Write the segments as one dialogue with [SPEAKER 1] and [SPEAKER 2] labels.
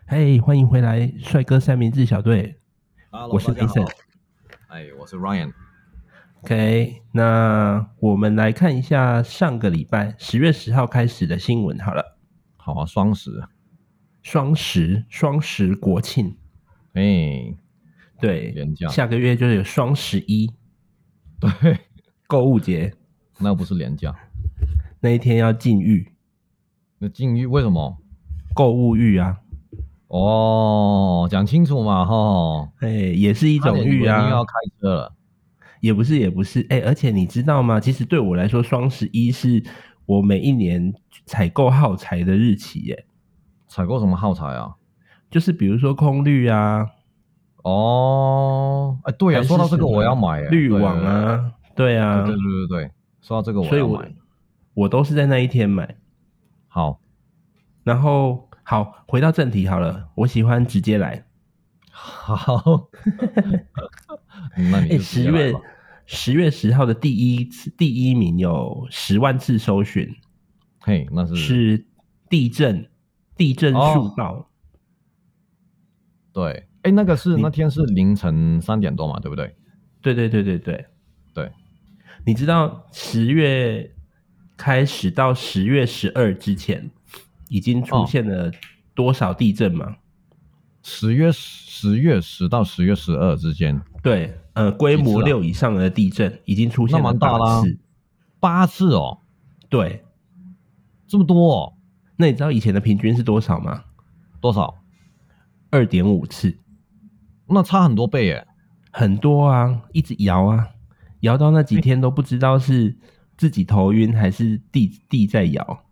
[SPEAKER 1] 嘿，欢迎回来，帅哥三明治小队。
[SPEAKER 2] Hello，
[SPEAKER 1] 我是
[SPEAKER 2] 大家好。
[SPEAKER 1] Vincent。
[SPEAKER 2] 我是 Ryan。
[SPEAKER 1] OK，那我们来看一下上个礼拜10月10号开始的新闻好了。
[SPEAKER 2] 好啊，双十，
[SPEAKER 1] 双十国庆，对，
[SPEAKER 2] 廉价，
[SPEAKER 1] 下个月就是有双11，
[SPEAKER 2] 对，
[SPEAKER 1] 购物节，
[SPEAKER 2] 那不是廉价，
[SPEAKER 1] 那一天要禁欲，
[SPEAKER 2] 那禁欲为什么？
[SPEAKER 1] 购物欲啊，
[SPEAKER 2] 哦，讲清楚嘛，哈，
[SPEAKER 1] 也是一种欲啊，
[SPEAKER 2] 又要开车了，
[SPEAKER 1] 也不是，而且你知道吗？其实对我来说，双11是我每一年采购耗材的日期耶。
[SPEAKER 2] 采购什么耗材啊？
[SPEAKER 1] 就是比如说空滤啊，
[SPEAKER 2] 对啊，说到这个我要买
[SPEAKER 1] 滤网啊，对啊，
[SPEAKER 2] 对，说到这个我要买，
[SPEAKER 1] 我都是在那一天买。
[SPEAKER 2] 好，
[SPEAKER 1] 然后好，回到正题好了，我喜欢直接来。
[SPEAKER 2] 好，那你就直接来吧。
[SPEAKER 1] 10月10号的第一名有10万次搜寻，
[SPEAKER 2] 嘿，那
[SPEAKER 1] 是地震速报。
[SPEAKER 2] 对，那个是那天是凌晨3点多嘛，对不对？
[SPEAKER 1] 对，你知道10月开始到10月12之前，已经出现了多少地震吗
[SPEAKER 2] ？10月10到10月12之间，
[SPEAKER 1] 对，规模6以上的地震已经出现了8次
[SPEAKER 2] ，8次哦，
[SPEAKER 1] 对，
[SPEAKER 2] 这么多哦。
[SPEAKER 1] 那你知道以前的平均是多少吗？
[SPEAKER 2] 多少
[SPEAKER 1] ？2.5次，
[SPEAKER 2] 那差很多倍耶，
[SPEAKER 1] 很多啊，一直摇啊，摇到那几天都不知道是自己头晕还是地在摇。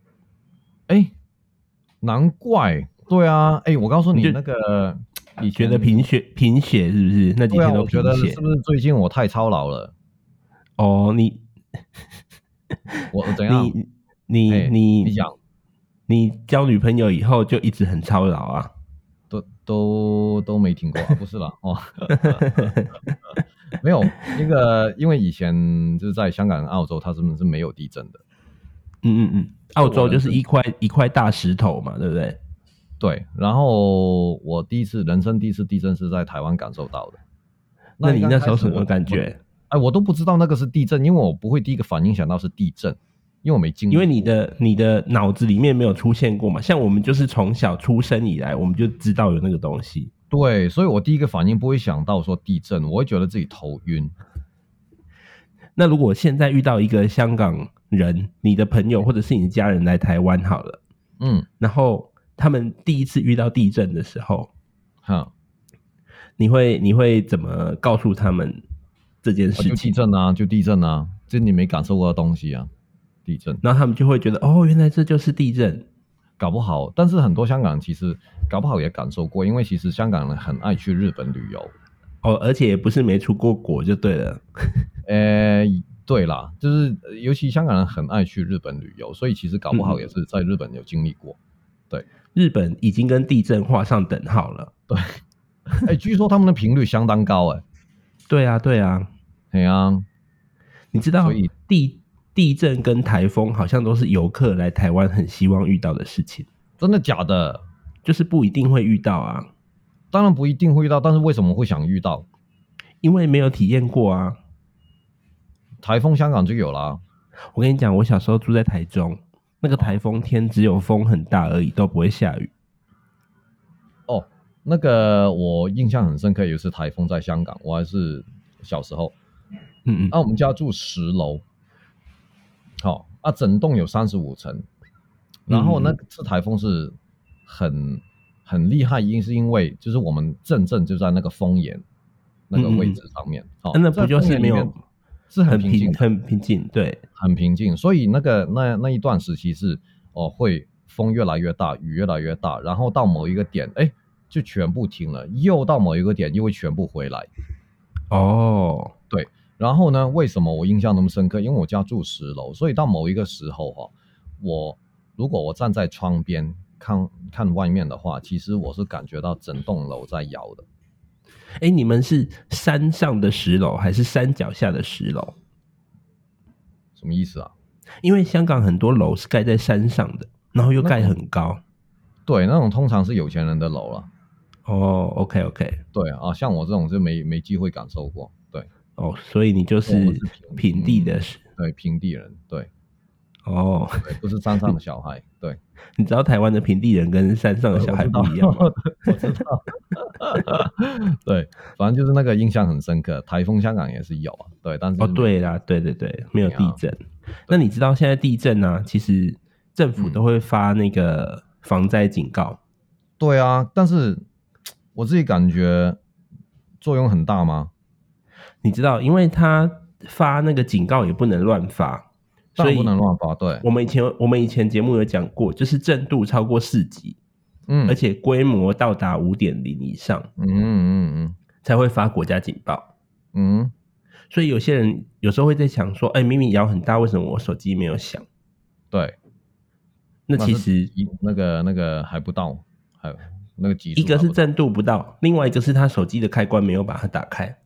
[SPEAKER 2] 难怪，对啊，我告诉你那个，
[SPEAKER 1] 你觉得贫血是不是？那几天都贫血，
[SPEAKER 2] 我觉得是不是最近我太操劳了？
[SPEAKER 1] 哦，
[SPEAKER 2] 我怎样？
[SPEAKER 1] 你
[SPEAKER 2] 讲，
[SPEAKER 1] 你交女朋友以后就一直很操劳啊？
[SPEAKER 2] 都没听过啊，不是啦哦，没有那个，因为以前就是在香港跟澳洲，它是没有地震的。
[SPEAKER 1] 澳洲就是一块大石头嘛，对不对？
[SPEAKER 2] 对，然后我人生第一次地震是在台湾感受到的。
[SPEAKER 1] 那你那时候什么感觉？
[SPEAKER 2] 我都不知道那个是地震，因为我不会第一个反应想到是地震，因为我没经历。
[SPEAKER 1] 因为你的脑子里面没有出现过嘛，像我们就是从小出生以来，我们就知道有那个东西。
[SPEAKER 2] 对，所以我第一个反应不会想到说地震，我会觉得自己头晕。
[SPEAKER 1] 那如果现在遇到一个香港人，你的朋友或者是你的家人来台湾好了，然后他们第一次遇到地震的时候，你会怎么告诉他们这件事情？
[SPEAKER 2] 就地震啊，这你没感受过的东西啊，地震。
[SPEAKER 1] 然后他们就会觉得，原来这就是地震。
[SPEAKER 2] 搞不好，但是很多香港人其实搞不好也感受过，因为其实香港人很爱去日本旅游。
[SPEAKER 1] 而且也不是没出过国就对了。
[SPEAKER 2] 对啦，就是尤其香港人很爱去日本旅游，所以其实搞不好也是在日本有经历过。对，
[SPEAKER 1] 日本已经跟地震画上等号了。
[SPEAKER 2] 对，据说他们的频率相当高。
[SPEAKER 1] 对啊，你知道，所以地震跟台风好像都是游客来台湾很希望遇到的事情。
[SPEAKER 2] 真的假的？
[SPEAKER 1] 就是不一定会遇到啊。
[SPEAKER 2] 当然不一定会遇到，但是为什么会想遇到？
[SPEAKER 1] 因为没有体验过啊。
[SPEAKER 2] 台风香港就有啦。
[SPEAKER 1] 我跟你讲，我小时候住在台中，那个台风天只有风很大而已，都不会下雨。
[SPEAKER 2] 那个我印象很深刻，有一次台风在香港，我还是小时候。我们家住10楼，整栋有35层，然后那次台风是很厉害，是因为就是我们正就在那个风眼那个位置上面。
[SPEAKER 1] 那不就是没有？
[SPEAKER 2] 是很平
[SPEAKER 1] 静，对，
[SPEAKER 2] 很平静。所以那一段时期是会风越来越大，雨越来越大，然后到某一个点，就全部停了，又到某一个点又会全部回来。对。然后呢，为什么我印象那么深刻？因为我家住10楼，所以到某一个时候如果我站在窗边看外面的话，其实我是感觉到整栋楼在摇的。
[SPEAKER 1] 你们是山上的10楼还是山脚下的10楼？
[SPEAKER 2] 什么意思啊？
[SPEAKER 1] 因为香港很多楼是盖在山上的，然后又盖很高。
[SPEAKER 2] 对，那种通常是有钱人的楼了。
[SPEAKER 1] 哦 ，OK OK，
[SPEAKER 2] 对啊，像我这种就没机会感受过。对，
[SPEAKER 1] 哦，所以你就是平地的
[SPEAKER 2] 对，平地人，对，
[SPEAKER 1] 哦，
[SPEAKER 2] 对，不是山上的小孩，对。
[SPEAKER 1] 你知道台湾的平地人跟山上的小孩不一样吗？
[SPEAKER 2] 我知道，对，反正就是那个印象很深刻。台风香港也是有啊，对，但是
[SPEAKER 1] 哦，对啦，对对对，没有地震。那你知道现在地震啊，其实政府都会发那个防灾警告。
[SPEAKER 2] 对啊，但是我自己感觉作用很大吗？
[SPEAKER 1] 你知道，因为他发那个警告也不能乱发，所以
[SPEAKER 2] 不能乱发。对，
[SPEAKER 1] 我们以前节目有讲过，就是震度超过4级，而且规模到达5.0以上，才会发国家警报。所以有些人有时候会在想说，明明摇很大，为什么我手机没有响？
[SPEAKER 2] 对，
[SPEAKER 1] 那其实
[SPEAKER 2] 那个还不到，还有那个级数，
[SPEAKER 1] 一个是震度不到，另外一个是他手机的开关没有把它打开。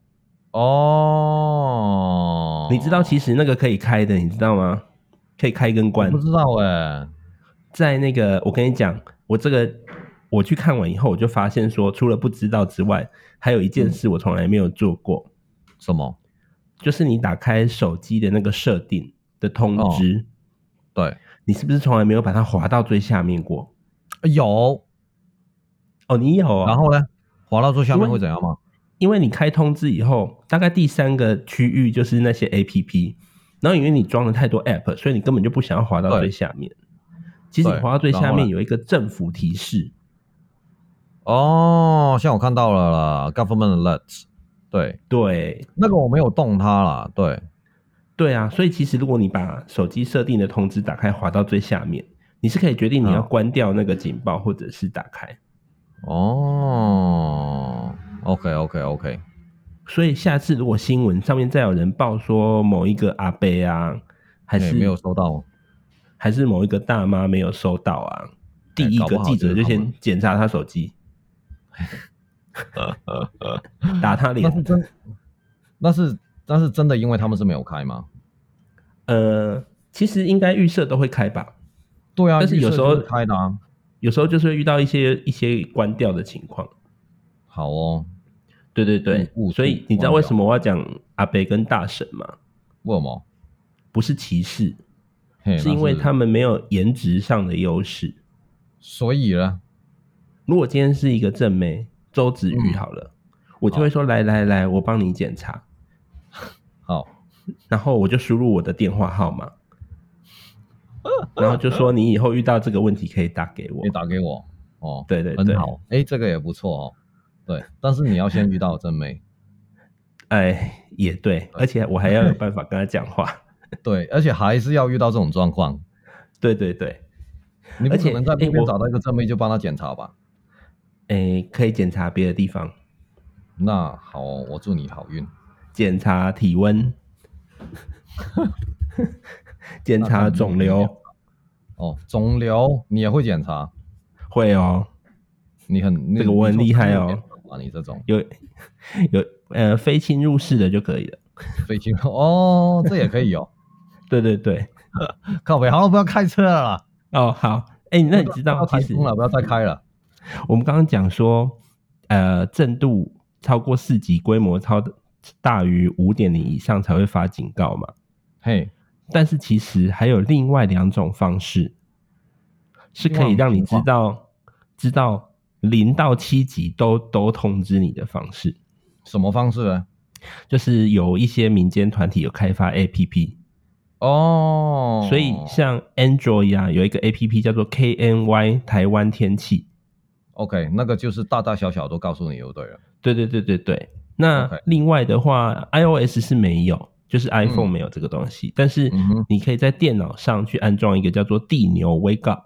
[SPEAKER 2] 哦，
[SPEAKER 1] 你知道其实那个可以开的，你知道吗？可以开跟关。
[SPEAKER 2] 不知道欸。
[SPEAKER 1] 在那个，我跟你讲，我去看完以后，我就发现说，除了不知道之外，还有一件事我从来没有做过。
[SPEAKER 2] 什么？
[SPEAKER 1] 就是你打开手机的那个设定的通知，
[SPEAKER 2] 对，
[SPEAKER 1] 你是不是从来没有把它滑到最下面过？
[SPEAKER 2] 有。
[SPEAKER 1] 哦，你有啊。
[SPEAKER 2] 然后呢？滑到最下面会怎样吗？
[SPEAKER 1] 因为你开通知以后，大概第3个区域就是那些 APP， 然后因为你装了太多 App， 所以你根本就不想要滑到最下面。其实你滑到最下面有一个政府提示。
[SPEAKER 2] 哦，像我看到了啦 ，Government Alerts。
[SPEAKER 1] 对，
[SPEAKER 2] 那个我没有动它啦。
[SPEAKER 1] 对啊，所以其实如果你把手机设定的通知打开，滑到最下面，你是可以决定你要关掉那个警报，或者是打开。
[SPEAKER 2] 哦 ，OK。
[SPEAKER 1] 所以下次如果新闻上面再有人报说某一个阿伯啊，还是
[SPEAKER 2] 没有收到，
[SPEAKER 1] 还是某一个大妈没有收到啊，第一个记者就先检查他手机，打他脸。
[SPEAKER 2] 但是真的因为他们是没有开吗？
[SPEAKER 1] 其实应该预设都会开吧。
[SPEAKER 2] 对啊，
[SPEAKER 1] 但是有时候
[SPEAKER 2] 开的啊，
[SPEAKER 1] 有时候就是会遇到一些关掉的情况。
[SPEAKER 2] 好哦，
[SPEAKER 1] 对，所以你知道为什么我要讲阿伯跟大婶吗？
[SPEAKER 2] 为什么？
[SPEAKER 1] 不是歧视，是因为他们没有颜值上的优势。
[SPEAKER 2] 所以呢，
[SPEAKER 1] 如果今天是一个正妹周子瑜好了，我就会说来，我帮你检查。
[SPEAKER 2] 好，
[SPEAKER 1] 然后我就输入我的电话号码，然后就说你以后遇到这个问题可以打给我。
[SPEAKER 2] 你打给我哦，
[SPEAKER 1] 对，
[SPEAKER 2] 很好。这个也不错哦。对，但是你要先遇到正妹。
[SPEAKER 1] 也对，而且我还要有办法跟他讲话。
[SPEAKER 2] 对，而且还是要遇到这种状况。
[SPEAKER 1] 对，
[SPEAKER 2] 你不可能在路边找到一个正妹就帮他检查吧？
[SPEAKER 1] 可以检查别的地方。
[SPEAKER 2] 那好哦，我祝你好运。
[SPEAKER 1] 检查体温，检查肿瘤。
[SPEAKER 2] 哦，肿瘤你也会检查？
[SPEAKER 1] 会哦，这个我很厉害哦。
[SPEAKER 2] 你这种
[SPEAKER 1] 有非侵入式的就可以了。
[SPEAKER 2] 非侵入哦，这也可以哦。
[SPEAKER 1] 对，
[SPEAKER 2] 靠北，好了，不要开车了啦。
[SPEAKER 1] 哦，好，那你知道其实
[SPEAKER 2] 不要再开了。
[SPEAKER 1] 我们刚刚讲说，震度超过4级，规模大于5.0以上才会发警告嘛。
[SPEAKER 2] 嘿，
[SPEAKER 1] 但是其实还有另外2种方式，是可以让你知道0到7级都通知你的方式。
[SPEAKER 2] 什么方式呢？
[SPEAKER 1] 就是有一些民间团体有开发 APP
[SPEAKER 2] 哦，
[SPEAKER 1] 所以像 Android 啊，有一个 APP 叫做 KNY 台湾天气。
[SPEAKER 2] OK， 那个就是大大小小都告诉你就对了。
[SPEAKER 1] 对。那另外的话 iOS 是没有，就是 iPhone 没有这个东西，但是你可以在电脑上去安装一个叫做地牛 Wake Up。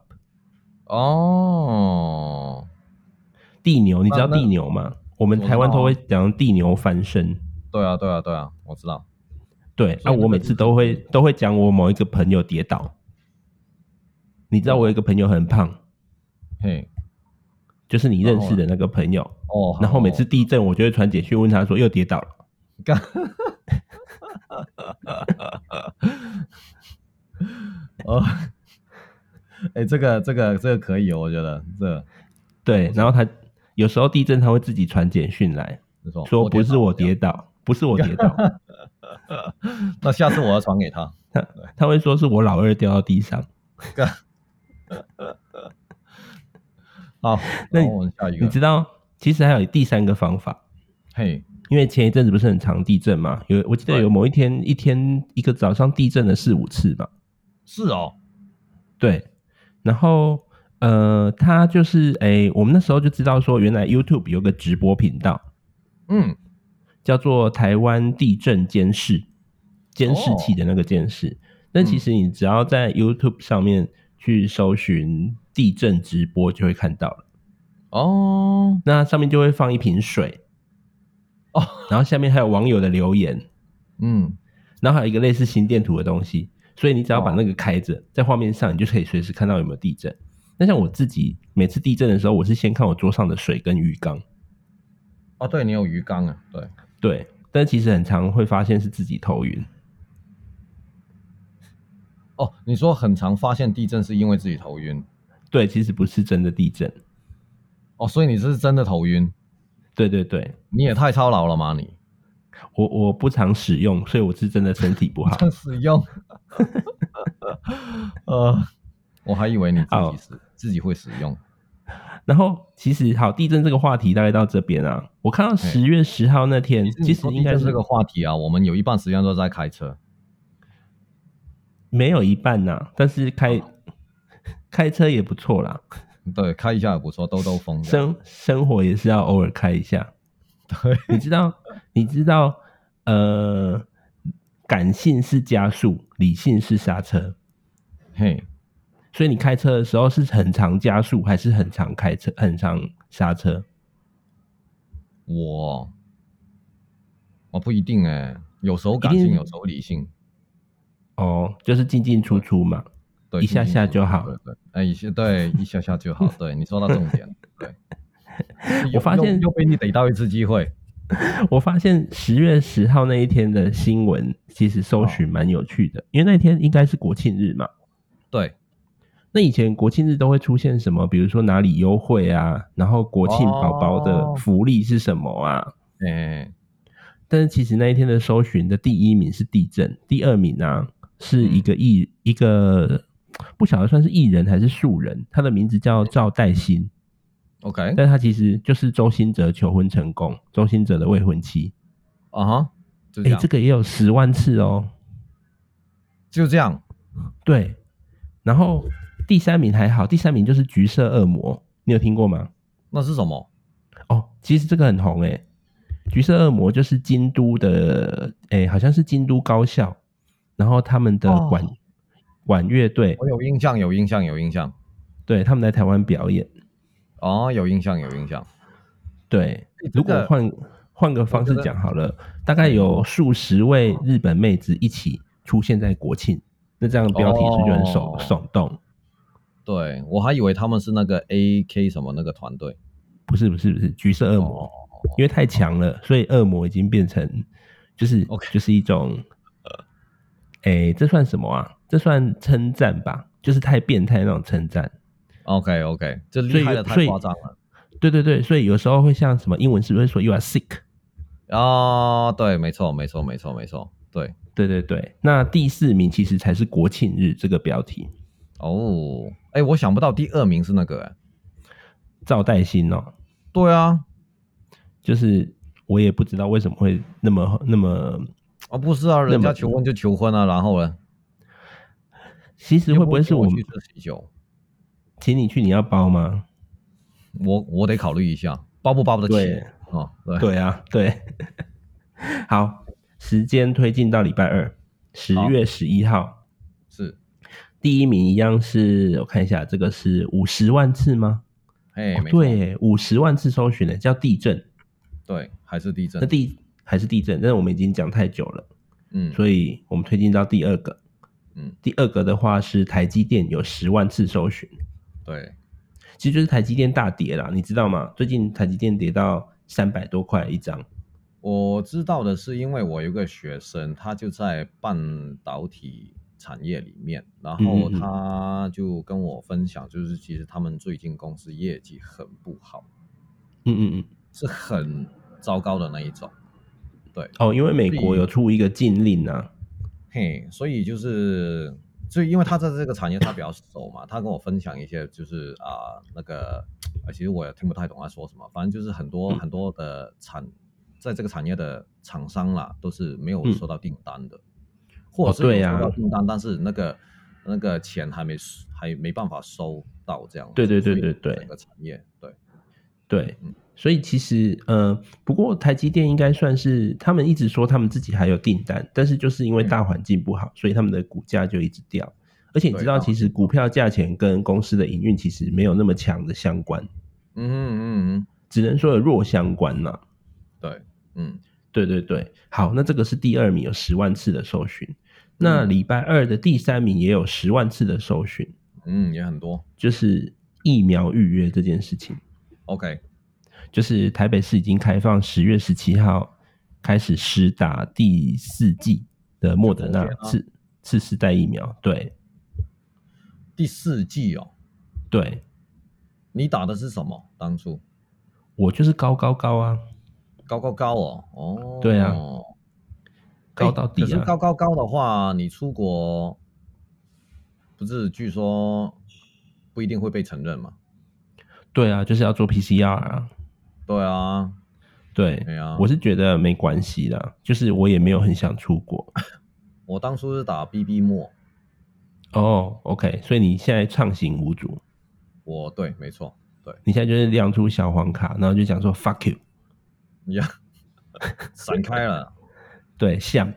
[SPEAKER 2] 哦，
[SPEAKER 1] 地牛，你知道地牛吗？我们台湾都会讲地牛翻身。
[SPEAKER 2] 对啊，我知道。
[SPEAKER 1] 对，我每次都会讲我某一个朋友跌倒。你知道我有一个朋友很胖，
[SPEAKER 2] 嘿，
[SPEAKER 1] 就是你认识的那个朋友
[SPEAKER 2] 哦。
[SPEAKER 1] 然后每次地震，我就会传简讯问他说又跌倒了。
[SPEAKER 2] 这个可以哦，我觉得
[SPEAKER 1] 对，然后他有时候地震他会自己传简讯来说不是我跌倒，不是我跌倒。
[SPEAKER 2] 那下次我要传给他，
[SPEAKER 1] 他会说是我老二掉到地上。
[SPEAKER 2] 好，那我们下一个，
[SPEAKER 1] 你知道其实还有第3个方法，
[SPEAKER 2] 嘿，
[SPEAKER 1] 因为前一阵子不是很常地震嘛，我记得有某一天一个早上地震了4-5次吧。
[SPEAKER 2] 是哦，
[SPEAKER 1] 对，然后他就是我们那时候就知道说，原来 YouTube 有个直播频道，叫做台湾地震监视器的那个监视。但其实你只要在 YouTube 上面去搜寻地震直播，就会看到了。哦，那上面就会放一瓶水，然后下面还有网友的留言，然后还有一个类似心电图的东西。所以你只要把那个开着，在画面上你就可以随时看到有没有地震。那像我自己每次地震的时候，我是先看我桌上的水跟鱼缸。
[SPEAKER 2] 哦，对，你有鱼缸啊，
[SPEAKER 1] 对，但其实很常会发现是自己头晕。
[SPEAKER 2] 哦，你说很常发现地震是因为自己头晕？
[SPEAKER 1] 对，其实不是真的地震。
[SPEAKER 2] 哦，所以你是真的头晕？
[SPEAKER 1] 对对对，
[SPEAKER 2] 你也太操劳了吗你？
[SPEAKER 1] 我不常使用，所以我是真的身体不好。
[SPEAKER 2] 不常使用，我还以为你自己会使用。
[SPEAKER 1] 然后其实好，地震这个话题大概到这边啊。我看到10月10号那天，其实应该是
[SPEAKER 2] 这个话题啊，我们有一半时间都在开车，
[SPEAKER 1] 没有一半啊，但是开车也不错啦。
[SPEAKER 2] 对，开一下也不错，兜兜风。
[SPEAKER 1] 生活也是要偶尔开一下。
[SPEAKER 2] 对，
[SPEAKER 1] 你知道，感性是加速，理性是刹车。
[SPEAKER 2] 嘿，
[SPEAKER 1] 所以你开车的时候是很常加速，还是很常很常刹车？
[SPEAKER 2] 我不一定有时候感性，有时候理性。哦，
[SPEAKER 1] 就是进进出出嘛，对，一下下就好。
[SPEAKER 2] 对，一下下就好。对，你说到重点。对，
[SPEAKER 1] 我发现
[SPEAKER 2] 又被你逮到一次机会。
[SPEAKER 1] 我发现10月10号那一天的新闻，其实搜寻蛮有趣的，因为那天应该是国庆日嘛。
[SPEAKER 2] 对。
[SPEAKER 1] 那以前国庆日都会出现什么？比如说哪里优惠啊，然后国庆宝宝的福利是什么啊？但是其实那一天的搜寻的第1名是地震，第2名啊是一个不晓得算是艺人还是素人，他的名字叫赵代欣。
[SPEAKER 2] OK，
[SPEAKER 1] 但他其实就是周兴哲求婚成功，周兴哲的未婚妻。这个也有10万次哦。
[SPEAKER 2] 就这样。
[SPEAKER 1] 对，然后第3名还好，第3名就是橘色恶魔，你有听过吗？
[SPEAKER 2] 那是什么？
[SPEAKER 1] 其实这个很红橘色恶魔就是京都的，好像是京都高校，然后他们的管乐队，
[SPEAKER 2] 我有印象，
[SPEAKER 1] 对，他们来台湾表演。
[SPEAKER 2] 有印象。
[SPEAKER 1] 对，如果换个方式讲好了，大概有数十位日本妹子一起出现在国庆，那这样的标题是就很耸动。
[SPEAKER 2] 对，我还以为他们是那个 AK 什么那个团队。
[SPEAKER 1] 不是橘色恶魔，因为太强了，所以恶魔已经变成就是一种这算什么啊？这算称赞吧，就是太变态那种称赞。
[SPEAKER 2] OK， 这厉害的太夸张了。
[SPEAKER 1] 对，所以有时候会像什么英文是不是说 you are sick？
[SPEAKER 2] 对，没错。对。
[SPEAKER 1] 那第4名其实才是国庆日这个标题。
[SPEAKER 2] 我想不到第2名是那个
[SPEAKER 1] 赵代欣哦。
[SPEAKER 2] 对啊，
[SPEAKER 1] 就是我也不知道为什么会那么
[SPEAKER 2] 不是啊，人家求婚就求婚啊，然后呢？
[SPEAKER 1] 其实会不会是我们
[SPEAKER 2] 去吃喜酒？
[SPEAKER 1] 请你去，你要包吗？
[SPEAKER 2] 我得考虑一下，包不包得起？
[SPEAKER 1] 对啊，对。好，时间推进到礼拜2，10月11号，
[SPEAKER 2] 是
[SPEAKER 1] 第1名一样是，我看一下，这个是50万次吗？对，50万次搜寻的叫地震。
[SPEAKER 2] 对，还是地震。
[SPEAKER 1] 还是地震，但是我们已经讲太久了，所以我们推进到第2个。第2个的话是台积电有10万次搜寻。
[SPEAKER 2] 对，
[SPEAKER 1] 其实就是台积电大跌啦，你知道吗？最近台积电跌到300多块一张。
[SPEAKER 2] 我知道的是，因为我有个学生，他就在半导体产业里面，然后他就跟我分享，就是其实他们最近公司业绩很不好，是很糟糕的那一种。对
[SPEAKER 1] 哦，因为美国有出一个禁令啊，
[SPEAKER 2] 嘿，所以就是因为他在这个产业他比较熟嘛，他跟我分享一些就是那个其实我也听不太懂他说什么，反正就是很多的在这个产业的厂商啦，都是没有收到订单的，或者是有收到订单，但是那个钱还没办法收到这样子。
[SPEAKER 1] 对，
[SPEAKER 2] 这个产业
[SPEAKER 1] 对，所以其实不过台积电应该算是他们一直说他们自己还有订单，但是就是因为大环境不好，所以他们的股价就一直掉。而且你知道，其实股票价钱跟公司的营运其实没有那么强的相关，只能说有弱相关啦。对，好，那这个是第2名有10万次的搜寻，那礼拜2的第3名也有10万次的搜寻，
[SPEAKER 2] 也很多，
[SPEAKER 1] 就是疫苗预约这件事情。
[SPEAKER 2] OK，
[SPEAKER 1] 就是台北市已经开ffang10月17号开始施打第4剂的莫德纳次世代疫苗。对，
[SPEAKER 2] 第4剂哦。
[SPEAKER 1] 对，
[SPEAKER 2] 你打的是什么？当初
[SPEAKER 1] 我就是高啊，
[SPEAKER 2] 高哦。
[SPEAKER 1] 对啊，高到底啊。
[SPEAKER 2] 可是高的话，你出国不是据说不一定会被承认吗？
[SPEAKER 1] 对啊，就是要做 PCR 啊。
[SPEAKER 2] 对啊，
[SPEAKER 1] 我是觉得没关系啦，就是我也没有很想出国。
[SPEAKER 2] 我当初是打 BB 沫。
[SPEAKER 1] 哦 ，OK， 所以你现在畅行无阻。
[SPEAKER 2] 对，没错，对，
[SPEAKER 1] 你现在就是亮出小黄卡，然后就讲说 fuck you，
[SPEAKER 2] 闪开了。
[SPEAKER 1] 对，像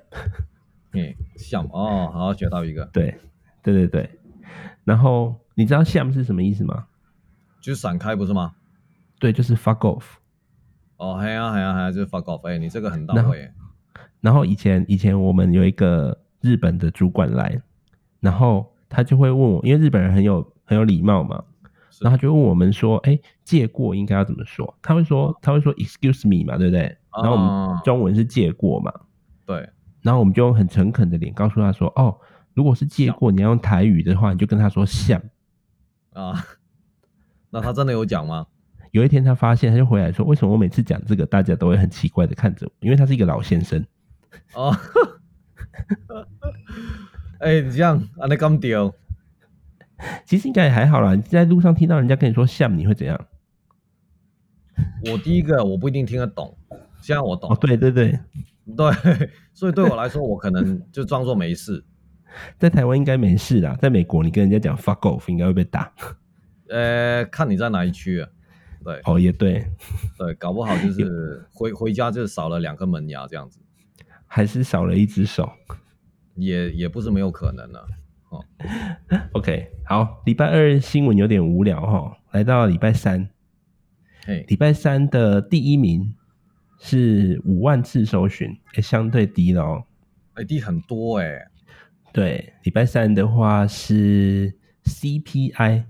[SPEAKER 2] 哦，好，学到一个。
[SPEAKER 1] 对，然后你知道像是什么意思吗？
[SPEAKER 2] 就是闪开不是吗？
[SPEAKER 1] 对，就是 fuck off。
[SPEAKER 2] 哦，嘿啊，就是 fuck off。你这个很到位。
[SPEAKER 1] 然后以前我们有一个日本的主管来，然后他就会问我，因为日本人很有礼貌嘛，然后他就问我们说，借过应该要怎么说？他会说 excuse me 嘛，对不对？然后我们中文是借过嘛，
[SPEAKER 2] 对。
[SPEAKER 1] 然后我们就用很诚恳的脸告诉他说，如果是借过，你要用台语的话，你就跟他说像
[SPEAKER 2] 啊。那他真的有讲吗？
[SPEAKER 1] 有一天他发现，他就回来说，为什么我每次讲这个，大家都会很奇怪的看着我？因为他是一个老先生。
[SPEAKER 2] 哦。你这样你敢丢？
[SPEAKER 1] 其实应该也还好啦。你在路上听到人家跟你说像，你会怎样？
[SPEAKER 2] 我第一个我不一定听得懂，现在我懂。
[SPEAKER 1] 对，
[SPEAKER 2] 所以对我来说，我可能就装作没事。
[SPEAKER 1] 在台湾应该没事啦，在美国你跟人家讲 fuck off 应该会被打。
[SPEAKER 2] 看你在哪一区啊？对，
[SPEAKER 1] 也对，
[SPEAKER 2] 搞不好就是回家就少了2颗门牙这样子，
[SPEAKER 1] 还是少了1只手，
[SPEAKER 2] 也不是没有可能的。
[SPEAKER 1] OK， 好，礼拜2新闻有点无聊来到礼拜3，礼拜3的第1名是5万次搜寻，相对低了
[SPEAKER 2] 低很多
[SPEAKER 1] 对，礼拜3的话是 CPI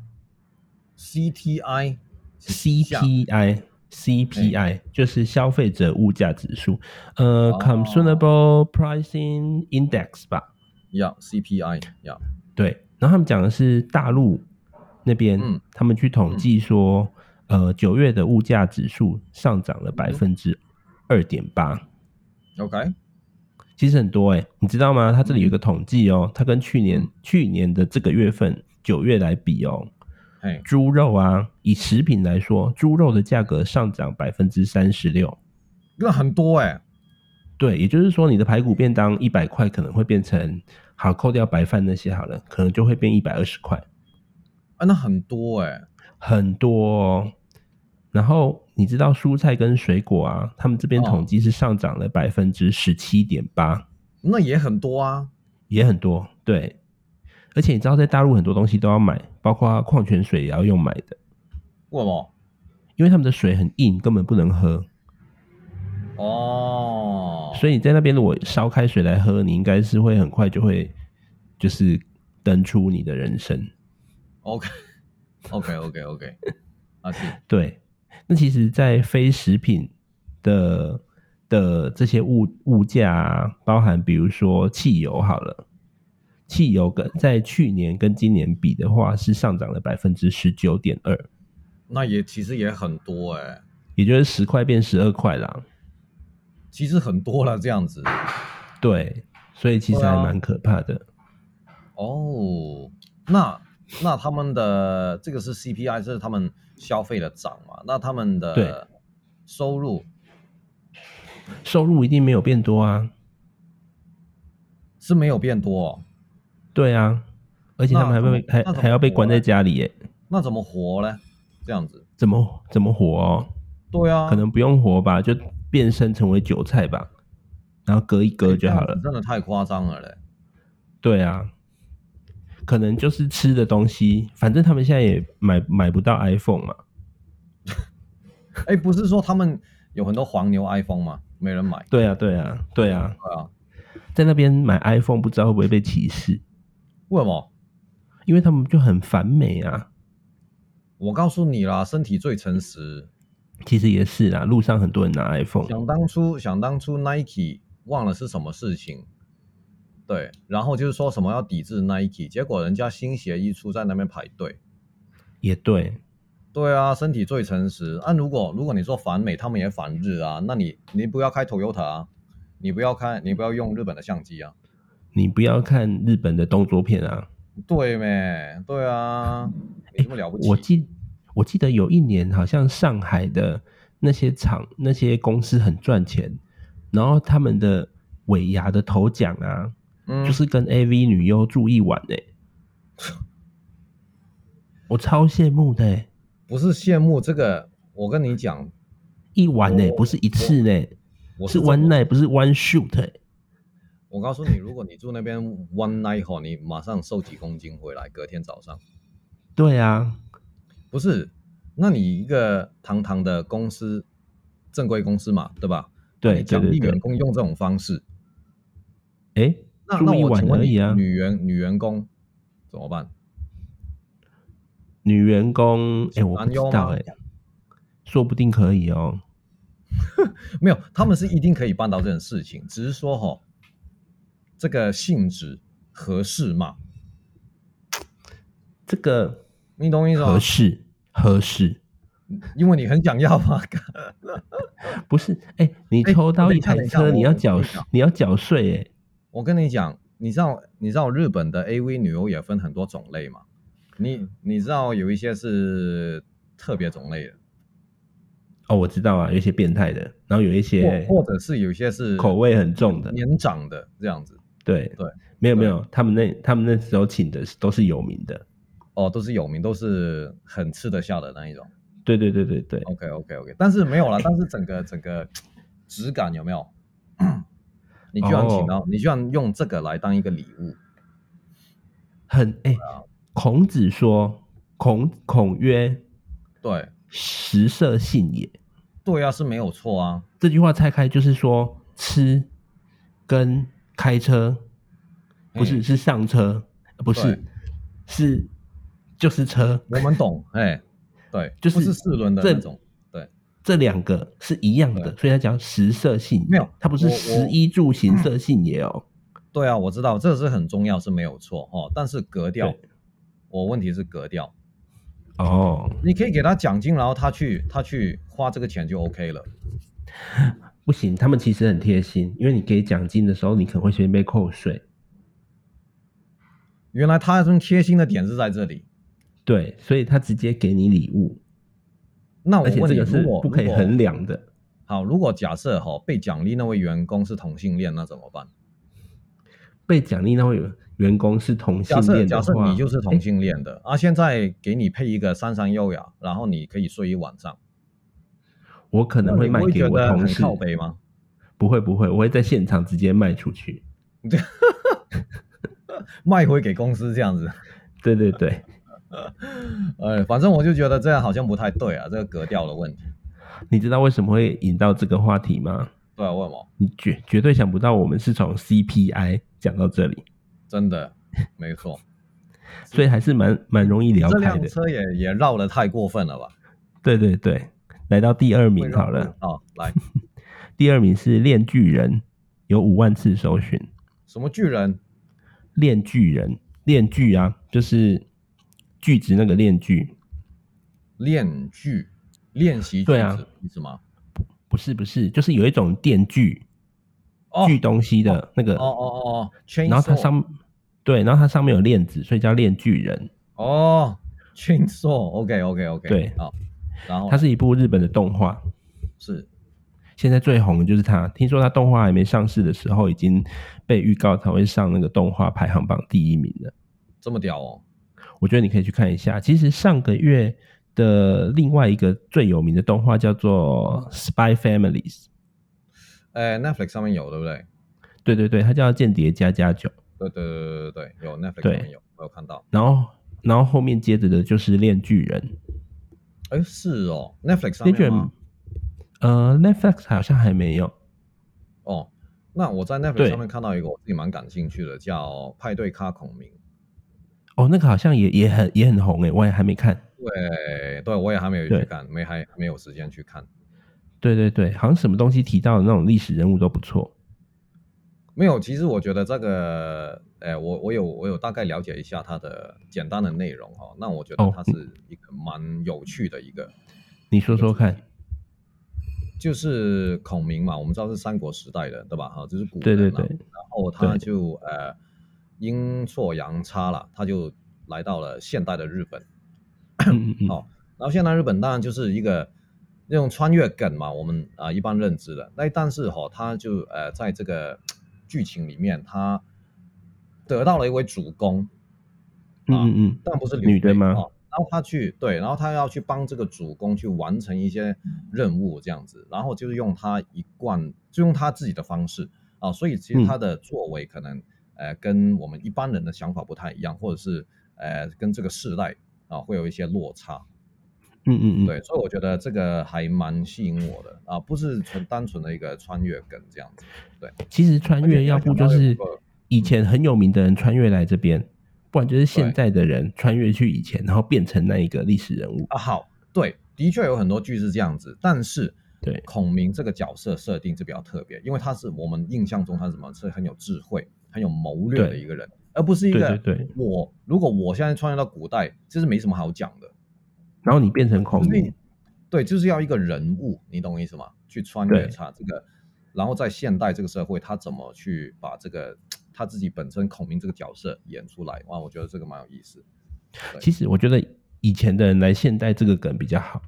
[SPEAKER 1] 就是消费者物价指数，Consumable Pricing Index 吧。
[SPEAKER 2] CPI
[SPEAKER 1] 对，然后他们讲的是大陆那边，他们去统计说，9月的物价指数上涨了 2.8%。
[SPEAKER 2] OK，
[SPEAKER 1] 其实很多你知道吗？它这里有一个统计它跟去年的这个月份9月来比猪肉啊，以食品来说，猪肉的价格上涨 36%，
[SPEAKER 2] 那很多
[SPEAKER 1] 对，也就是说你的排骨便当100块可能会变成，好，扣掉白饭那些好了，可能就会变120块。
[SPEAKER 2] 那很多
[SPEAKER 1] 很多然后你知道蔬菜跟水果啊，他们这边统计是上涨了 17.8%，
[SPEAKER 2] 那也很多啊，
[SPEAKER 1] 也很多，对。而且你知道在大陆很多东西都要买，包括矿泉水也要用买的。
[SPEAKER 2] 为什么？
[SPEAKER 1] 因为他们的水很硬，根本不能喝。所以你在那边如果烧开水来喝，你应该是会很快就会就是登出你的人生。
[SPEAKER 2] OK，
[SPEAKER 1] 对，那其实在非食品的这些物价包含比如说汽油好了， 汽油在去年跟今年比的话是上涨了 19.2%，
[SPEAKER 2] 那其实也很多欸，
[SPEAKER 1] 也就是10块变12块啦，
[SPEAKER 2] 其实很多了这样子。
[SPEAKER 1] 对，所以其实还蛮可怕的。
[SPEAKER 2] 哦，那他们的这个是 CPI， 是他们消费的涨嘛？那他们的收入
[SPEAKER 1] 一定没有变多啊，
[SPEAKER 2] 是没有变多哦。
[SPEAKER 1] 对啊，而且他们还要被关在家里耶。
[SPEAKER 2] 那怎么活呢？这样子
[SPEAKER 1] 怎么活哦？
[SPEAKER 2] 对啊，
[SPEAKER 1] 可能不用活吧，就变身成为韭菜吧，然后割一割就好了。
[SPEAKER 2] 真的太夸张了嘞。
[SPEAKER 1] 对啊，可能就是吃的东西，反正他们现在也买不到 iPhone 嘛。
[SPEAKER 2] 不是说他们有很多黄牛 iPhone 吗？没人买。
[SPEAKER 1] 对啊，在那边买 iPhone 不知道会不会被歧视？
[SPEAKER 2] 为什么？
[SPEAKER 1] 因为他们就很反美啊。
[SPEAKER 2] 我告诉你啦，身体最诚实。
[SPEAKER 1] 其实也是啦，路上很多人拿 iPhone。
[SPEAKER 2] 想当初 Nike 忘了是什么事情，对，然后就是说什么要抵制 Nike， 结果人家新鞋一出在那边排队。
[SPEAKER 1] 也对。
[SPEAKER 2] 对啊，身体最诚实。如果你说反美，他们也反日啊，那你不要开 Toyota 啊，你不要用日本的相机啊，
[SPEAKER 1] 你不要看日本的动作片啊。
[SPEAKER 2] 对咩？对啊，你这么了不起。
[SPEAKER 1] 我记得有一年好像上海的那些那些公司很赚钱，然后他们的尾牙的头奖啊，就是跟 AV 女优住一晚欸。我超羡慕的欸。
[SPEAKER 2] 不是羡慕这个，我跟你讲，
[SPEAKER 1] 一晚欸，不是一次欸，是 one night， 不是 one shoot欸。
[SPEAKER 2] 我告诉你，如果你住那边 one night 后，你马上瘦几公斤回来，隔天早上。
[SPEAKER 1] 对啊。
[SPEAKER 2] 不是，那你一个堂堂的公司，正规公司嘛，对吧？
[SPEAKER 1] 对，
[SPEAKER 2] 奖励员工用这种方式，
[SPEAKER 1] 住一晚而已啊。
[SPEAKER 2] 女员工怎么办？
[SPEAKER 1] 女员工，我不知道说不定可以哦。
[SPEAKER 2] 没有，他们是一定可以办到这件事情，只是说这个性质合适吗？
[SPEAKER 1] 这个
[SPEAKER 2] 你懂我意思吗？
[SPEAKER 1] 合适，
[SPEAKER 2] 因为你很想要嘛。
[SPEAKER 1] 不是，你抽到一台车，你要缴税
[SPEAKER 2] 我跟你讲，你知道日本的 AV 女优也分很多种类吗？你知道有一些是特别种类的。
[SPEAKER 1] 我知道啊，有一些变态的，然后有一些
[SPEAKER 2] 或者是有一些是
[SPEAKER 1] 口味很重的
[SPEAKER 2] 年长的这样子。
[SPEAKER 1] 对，没有，他们那时候请的都是有名的。
[SPEAKER 2] 都是有名，都是很吃得下的那一种。
[SPEAKER 1] 对。
[SPEAKER 2] OK， 但是没有啦，但是整个质感有没有？你居然你居然用这个来当一个礼物，
[SPEAKER 1] 孔子说，孔曰，
[SPEAKER 2] 对，
[SPEAKER 1] 食色性也。
[SPEAKER 2] 对啊，是没有错啊。
[SPEAKER 1] 这句话拆开就是说，吃跟开车不是是上车，不是就是车。
[SPEAKER 2] 我们懂，对，就是不是四轮的那种。对，
[SPEAKER 1] 这两个是一样的，所以它讲食色性也。
[SPEAKER 2] 没有，
[SPEAKER 1] 它不是食衣住行色性也哦。
[SPEAKER 2] 对啊，我知道这是很重要，是没有错但是格调，我问题是格调。你可以给他奖金，然后他去花这个钱就 OK 了。
[SPEAKER 1] 不行，他们其实很贴心，因为你给奖金的时候，你可能会先被扣税。
[SPEAKER 2] 原来他这种贴心的点是在这里。
[SPEAKER 1] 对，所以他直接给你礼物。
[SPEAKER 2] 那我问你，
[SPEAKER 1] 而且这个是不可以衡量的。
[SPEAKER 2] 好，如果假设被奖励那位员工是同性恋，那怎么办？
[SPEAKER 1] 被奖励那位员工是同性恋的话，
[SPEAKER 2] 假设你就是同性恋的现在给你配一个三三优雅，然后你可以睡一晚上，
[SPEAKER 1] 我可能会卖给我同事。
[SPEAKER 2] 很靠北吗？
[SPEAKER 1] 不会，我会在现场直接卖出去，
[SPEAKER 2] 卖回给公司这样子。
[SPEAKER 1] 对。
[SPEAKER 2] 反正我就觉得这样好像不太对啊，这个格调的问题。
[SPEAKER 1] 你知道为什么会引到这个话题吗？
[SPEAKER 2] 对啊，为什么？
[SPEAKER 1] 你绝对想不到我们是从 CPI 讲到这里。
[SPEAKER 2] 真的，没错。
[SPEAKER 1] 所以还是蛮容易聊开的。
[SPEAKER 2] 这辆车也绕得太过分了吧？
[SPEAKER 1] 对，来到第2名好了。
[SPEAKER 2] 来，
[SPEAKER 1] 第2名是链巨人，有5万次搜寻。
[SPEAKER 2] 什么巨人？
[SPEAKER 1] 链锯人，链锯啊，就是锯子那个链锯。
[SPEAKER 2] 练锯，练习锯子意思吗？
[SPEAKER 1] 不是，就是有一种电锯，锯东西的那个。
[SPEAKER 2] 然
[SPEAKER 1] 后它上面有链子，所以叫链锯人。
[SPEAKER 2] chainsaw，OK，
[SPEAKER 1] 对，
[SPEAKER 2] 好，然后
[SPEAKER 1] 它是一部日本的动画，
[SPEAKER 2] 是
[SPEAKER 1] 现在最红的就是它。听说它动画还没上市的时候，已经被预告它会上那个动画排行榜第1名了。
[SPEAKER 2] 这么屌哦！
[SPEAKER 1] 我觉得你可以去看一下。其实上个月的另外一个最有名的动画叫做《Spy Families》。
[SPEAKER 2] Netflix 上面有，对不对？
[SPEAKER 1] 对，它叫《间谍家家酒》。
[SPEAKER 2] 对，有 Netflix 上面有，我有看到。
[SPEAKER 1] 然后后面接着的就是《链锯人》。
[SPEAKER 2] 是哦 ，Netflix 上面吗
[SPEAKER 1] ？Netflix 好像还没有。
[SPEAKER 2] 那我在 Netflix 上面看到一个我自己蛮感兴趣的，叫《派对咖孔明》。
[SPEAKER 1] 那个好像也很红我也还没看。
[SPEAKER 2] 对，我也还没有去看，还没有时间去看。
[SPEAKER 1] 对，好像什么东西提到的那种历史人物都不错。
[SPEAKER 2] 没有，其实我觉得这个，我有大概了解一下它的简单的内容哈。那我觉得它是一个蛮有趣的一个。
[SPEAKER 1] 你说说看。
[SPEAKER 2] 就是孔明嘛，我们知道是3国时代的，对吧？就是古人。
[SPEAKER 1] 对。
[SPEAKER 2] 然后他就阴错阳差了，他就来到了现代的日本。好，然后现代日本当然就是一个那种穿越梗嘛，我们一般认知的。但是他就在这个剧情里面，他得到了一位主公。但不是
[SPEAKER 1] 女的吗？
[SPEAKER 2] 然后他要去帮这个主公去完成一些任务这样子，然后就是用他自己的方式所以其实他的作为可能跟我们一般人的想法不太一样，或者是跟这个世代会有一些落差。对，所以我觉得这个还蛮吸引我的不是单纯的一个穿越梗这样子。对，
[SPEAKER 1] 其实穿越要不就是以前很有名的人穿越来这边，不然就是现在的人穿越去以前，然后变成那一个历史人物
[SPEAKER 2] 好，对，的确有很多剧是这样子，但是
[SPEAKER 1] 对
[SPEAKER 2] 孔明这个角色设定就比较特别，因为他是我们印象中他是什么？是很有智慧、很有谋略的一个人，而不是一个如果我现在穿越到古代，这是没什么好讲的。
[SPEAKER 1] 然后你变成孔明，
[SPEAKER 2] 对，就是要一个人物，你懂我意思吗？去穿越他这个，然后在现代这个社会，他怎么去把这个他自己本身孔明这个角色演出来？哇，我觉得这个蛮有意思。
[SPEAKER 1] 其实我觉得以前的人来现代这个梗比较好，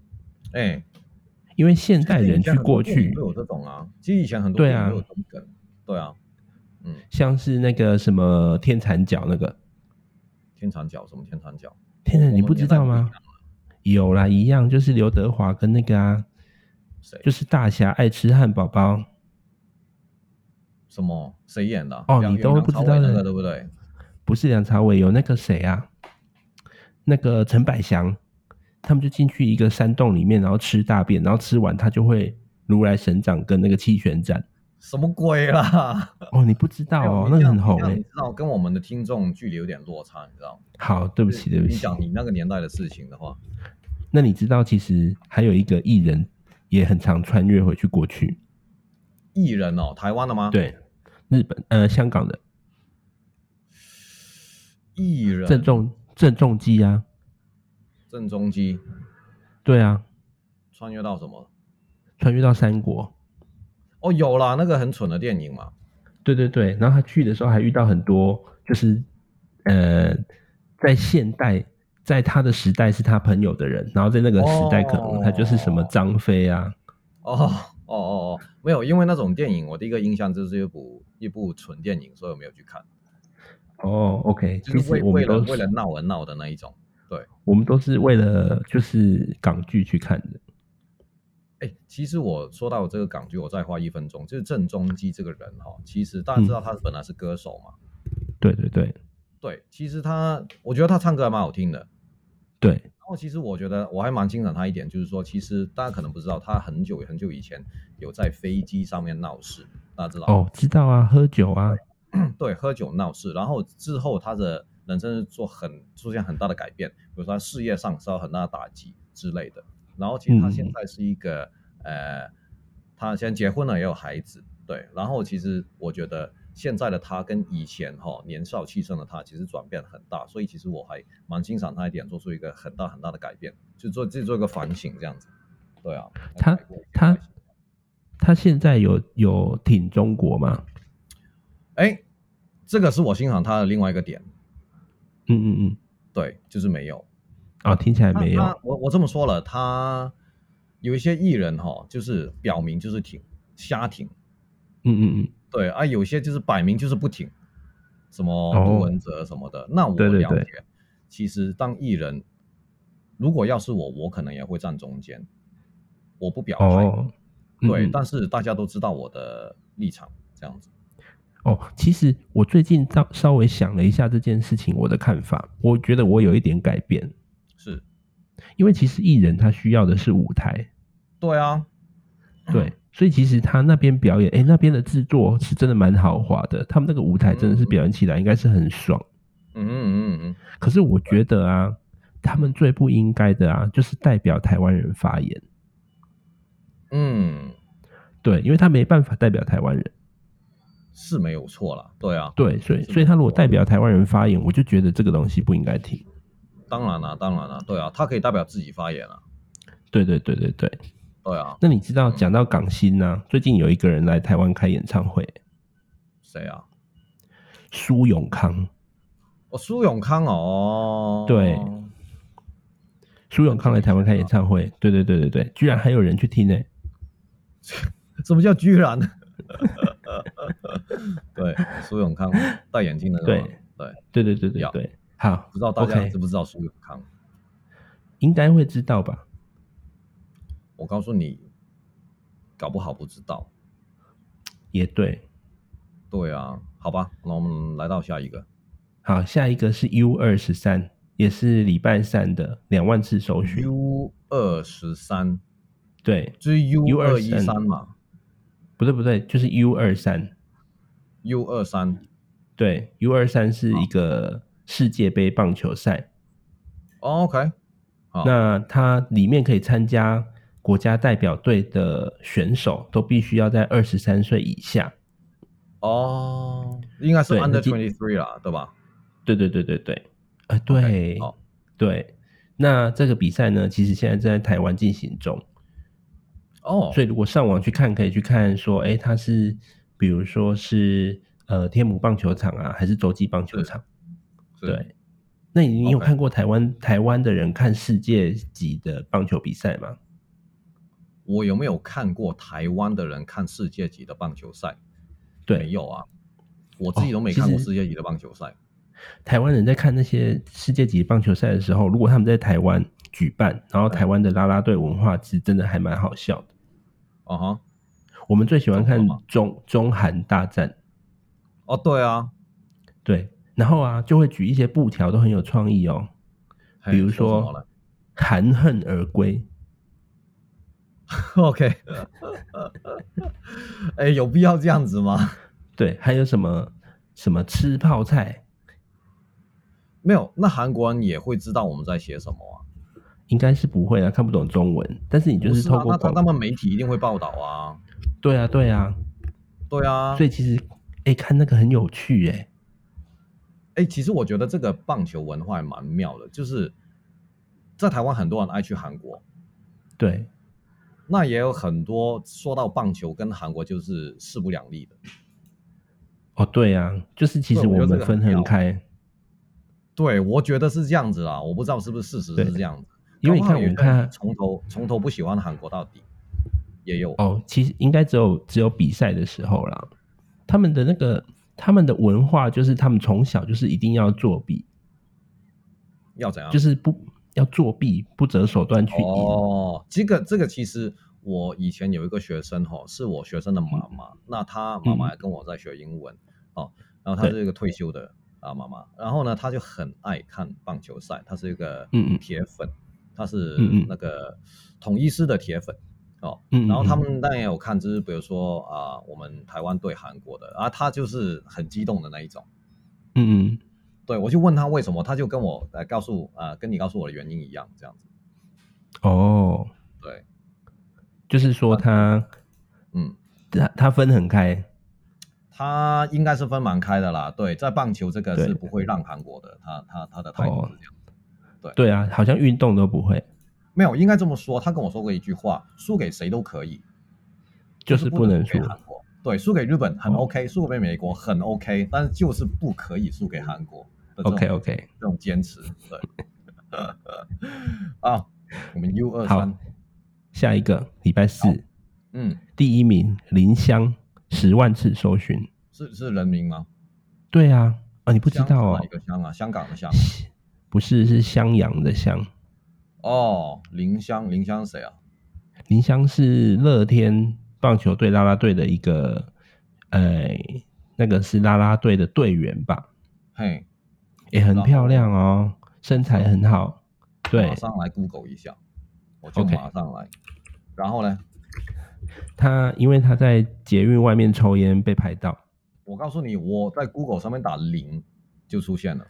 [SPEAKER 1] 因为现代人去过去
[SPEAKER 2] 都有这种其实以前很多电影都有这种梗，对啊，
[SPEAKER 1] 像是那个什么天蚕角那个
[SPEAKER 2] 天蚕角，什么天蚕角？
[SPEAKER 1] 天蚕你不知道吗？有啦，一样就是刘德华跟那个就是大侠爱吃汉堡包。
[SPEAKER 2] 什么？谁演的？
[SPEAKER 1] 你都不知道
[SPEAKER 2] 那个对不对？
[SPEAKER 1] 不是梁朝伟，有那个谁那个陈百祥，他们就进去一个山洞里面，然后吃大便，然后吃完他就会如来神掌跟那个七旋斩。
[SPEAKER 2] 什么鬼啦？
[SPEAKER 1] 你不知道那个很红
[SPEAKER 2] 你知道跟我们的听众距离有点落差，你知道吗？
[SPEAKER 1] 好，对不起。
[SPEAKER 2] 你讲你那个年代的事情的话，
[SPEAKER 1] 那你知道其实还有一个艺人也很常穿越回去过去。
[SPEAKER 2] 艺人台湾的吗？
[SPEAKER 1] 对，日本香港的
[SPEAKER 2] 艺人
[SPEAKER 1] 郑中基啊。
[SPEAKER 2] 郑中基，
[SPEAKER 1] 对啊，
[SPEAKER 2] 穿越到什么？
[SPEAKER 1] 穿越到三国。
[SPEAKER 2] 有啦，那个很蠢的电影嘛。
[SPEAKER 1] 对，然后他去的时候还遇到很多，就是在现代，在他的时代是他朋友的人，然后在那个时代可能他就是什么张飞啊。
[SPEAKER 2] 没有，因为那种电影我第一个印象就是一部纯电影，所以我没有去看。
[SPEAKER 1] OK，
[SPEAKER 2] 就是为了闹而闹的那一种。对，
[SPEAKER 1] 我们都是为了就是港剧去看的。
[SPEAKER 2] 其实我说到这个港剧，我再花1分钟，就是郑中基这个人其实大家知道他本来是歌手嘛。
[SPEAKER 1] 对，
[SPEAKER 2] 其实我觉得他唱歌还蛮好听的。
[SPEAKER 1] 对，
[SPEAKER 2] 然后其实我觉得我还蛮欣赏他一点，就是说，其实大家可能不知道，他很久以前有在飞机上面闹事，大家知道吗？
[SPEAKER 1] 知道啊，喝酒啊。
[SPEAKER 2] 对，喝酒闹事，然后之后他的人生出现很大的改变，比如说他事业上受到很大的打击之类的。然后其实他现在是一个他现在结婚了，也有孩子。对，然后其实我觉得现在的他跟以前年少气盛的他其实转变很大，所以其实我还蛮欣赏他一点，做出一个很大很大的改变，就做一个反省这样子。对啊，
[SPEAKER 1] 他现在有挺中国吗？
[SPEAKER 2] 这个是我欣赏他的另外一个点。对，就是没有。
[SPEAKER 1] 听起来没有。
[SPEAKER 2] 我这么说了，他有一些艺人就是表明就是挺瞎挺。对啊，有些就是摆明就是不挺，什么杜文泽什么的。那我了解，
[SPEAKER 1] 对，
[SPEAKER 2] 其实当艺人，如果要是我可能也会站中间，我不表态。对，但是大家都知道我的立场，这样子。
[SPEAKER 1] 其实我最近稍微想了一下这件事情，我的看法，我觉得我有一点改变，
[SPEAKER 2] 是
[SPEAKER 1] 因为其实艺人他需要的是舞台。
[SPEAKER 2] 对啊，
[SPEAKER 1] 对，所以其实他那边表演，那边的制作是真的蛮豪华的，他们那个舞台真的是表演起来应该是很爽。可是我觉得啊，他们最不应该的啊，就是代表台湾人发言。对，因为他没办法代表台湾人。
[SPEAKER 2] 是没有错啦，对啊，
[SPEAKER 1] 对，所以他如果代表台湾人发言，我就觉得这个东西不应该停。
[SPEAKER 2] 当然啦，对啊，他可以代表自己发言啊。
[SPEAKER 1] 对，
[SPEAKER 2] 对啊。
[SPEAKER 1] 那你知道讲到港星啊，最近有一个人来台湾开演唱会。
[SPEAKER 2] 谁啊？
[SPEAKER 1] 苏永康。
[SPEAKER 2] 苏永康
[SPEAKER 1] 对，苏永康来台湾开演唱会，对，居然还有人去听呢。
[SPEAKER 2] 什么叫居然？对，苏永康戴眼镜那个。
[SPEAKER 1] 对，好，
[SPEAKER 2] 不知道大家知不知道苏永康？
[SPEAKER 1] 应该会知道吧？
[SPEAKER 2] 我告诉你，搞不好不知道。
[SPEAKER 1] 也对。
[SPEAKER 2] 对啊，好吧，那我们来到下一个。
[SPEAKER 1] 好，下一个是 U23，也是礼拜三的2万次搜寻。
[SPEAKER 2] U23，
[SPEAKER 1] 对，
[SPEAKER 2] 就是 U213嘛。
[SPEAKER 1] 不对，就是 U23。
[SPEAKER 2] U23，
[SPEAKER 1] 对 ，U23是一个世界杯棒球赛。
[SPEAKER 2] OK，
[SPEAKER 1] 那它里面可以参加国家代表队的选手都必须要在23岁以下。
[SPEAKER 2] 应该是 Under 23啦，对吧？
[SPEAKER 1] 对，对。那这个比赛呢，其实现在正在台湾进行中。所以如果上网去看，可以去看说，它是比如说是天母棒球场啊，还是洲际棒球场？对。那你有看过台湾的人看世界级的棒球比赛吗？
[SPEAKER 2] 我有没有看过台湾的人看世界级的棒球赛？对，没有啊，我自己都没看过世界级的棒球赛。
[SPEAKER 1] 台湾人在看那些世界级棒球赛的时候，如果他们在台湾举办，然后台湾的啦啦队文化其实真的还蛮好笑的。我们最喜欢看中韩大战。
[SPEAKER 2] 对啊，
[SPEAKER 1] 对，然后啊就会举一些布条，都很有创意哦。比如说含恨而归。
[SPEAKER 2] OK， 有必要这样子吗？
[SPEAKER 1] 对，还有什么吃泡菜？
[SPEAKER 2] 没有，那韩国人也会知道我们在写什么啊？
[SPEAKER 1] 应该是不会啊，看不懂中文。但是你就是透过
[SPEAKER 2] 那他们媒体一定会报道啊。
[SPEAKER 1] 对啊。所以其实看那个很有趣
[SPEAKER 2] 其实我觉得这个棒球文化还蛮妙的，就是在台湾很多人爱去韩国。
[SPEAKER 1] 对。
[SPEAKER 2] 那也有很多说到棒球跟韩国就是势不两立的。
[SPEAKER 1] 对啊，就是其实我们分很开。
[SPEAKER 2] 对，我觉得是这样子啦，我不知道是不是事实是这样子。
[SPEAKER 1] 因为你看，我看
[SPEAKER 2] 从头不喜欢韩国到底，也有。
[SPEAKER 1] 其实应该只有比赛的时候啦。他们的文化就是他们从小就是一定要作弊。
[SPEAKER 2] 要怎样？
[SPEAKER 1] 就是要作弊，不择手段去赢。
[SPEAKER 2] 这个其实我以前有一个学生是我学生的妈妈，那他妈妈也跟我在学英文然后他是一个退休的妈妈，然后呢，他就很爱看棒球赛，他是一个铁粉，他是那个统一狮的铁粉然后他们当然也有看，就是比如说我们台湾对韩国的他就是很激动的那一种。对，我就问他为什么，他就跟我跟你告诉我的原因一样，这样子。对，
[SPEAKER 1] 就是说他分很开。
[SPEAKER 2] 他应该是分蛮开的啦，对，在棒球这个是不会让韩国的，他的态度是这样。
[SPEAKER 1] 对啊，好像运动都不会。
[SPEAKER 2] 没有，应该这么说，他跟我说过一句话，输给谁都可以，
[SPEAKER 1] 就是不能输。
[SPEAKER 2] 对，输给日本很 OK，输给美国很 OK， 但是就是不可以输给韩国的
[SPEAKER 1] OK
[SPEAKER 2] 这种坚持。对，啊，我们 U23，
[SPEAKER 1] 好，下一个礼拜4，第1名林湘10万次搜寻，
[SPEAKER 2] 是人名吗？
[SPEAKER 1] 对啊，你不知道
[SPEAKER 2] 哪一个湘啊？香港的湘？
[SPEAKER 1] 不是，是襄阳的襄。
[SPEAKER 2] 哦，林湘谁啊？
[SPEAKER 1] 林湘是乐天棒球队啦啦队的一个，那个是啦啦队的队员吧？
[SPEAKER 2] 嘿，
[SPEAKER 1] 也很漂亮哦，身材很好。对，
[SPEAKER 2] 马上来 Google 一下，我就马上来。然后呢？
[SPEAKER 1] 因为他在捷运外面抽烟被拍到。
[SPEAKER 2] 我告诉你，我在 Google 上面打林就出现了。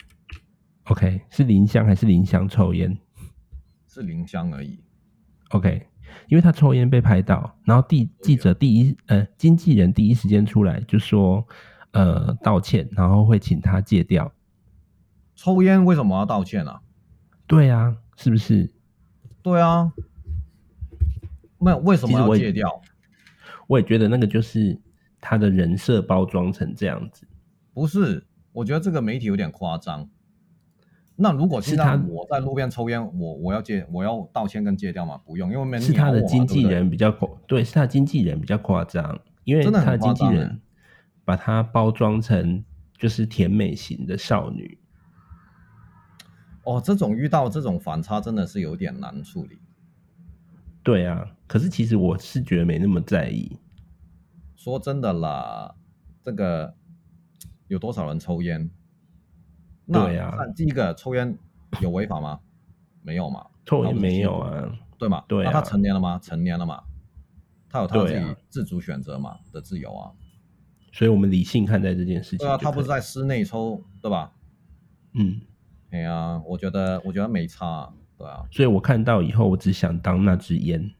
[SPEAKER 1] OK， 是林湘还是林湘抽烟？
[SPEAKER 2] 是林湘而已。
[SPEAKER 1] OK， 因为他抽烟被拍到，然后经纪人第一时间出来就说道歉，然后会请他戒掉。
[SPEAKER 2] 抽烟为什么要道歉啊？
[SPEAKER 1] 对啊，是不是？
[SPEAKER 2] 对啊，没有为什么要戒掉？
[SPEAKER 1] 我也觉得那个就是他的人设包装成这样子。
[SPEAKER 2] 不是，我觉得这个媒体有点夸张。那如果现在我在路边抽烟，我要道歉跟戒掉吗？不用，因为没人
[SPEAKER 1] 是他的经纪人比较对，是他的经纪人比较夸张，因为他的经纪人把他包装成就是甜美型的少女。
[SPEAKER 2] 哦，遇到这种反差真的是有点难处理。
[SPEAKER 1] 对啊，可是其实我是觉得没那么在意。
[SPEAKER 2] 说真的啦，这个有多少人抽烟？
[SPEAKER 1] 对啊，
[SPEAKER 2] 第一个抽烟有违法吗？没有嘛，
[SPEAKER 1] 抽烟没有啊，
[SPEAKER 2] 对嘛？
[SPEAKER 1] 对啊。
[SPEAKER 2] 那他成年了吗？成年了嘛，他有他自己自主选择嘛的自由啊。
[SPEAKER 1] 所以我们理性看待这件事情。
[SPEAKER 2] 对啊，他不是在室内抽，对吧？哎呀，我觉得没差，对啊。
[SPEAKER 1] 所以我看到以后，我只想当那支烟。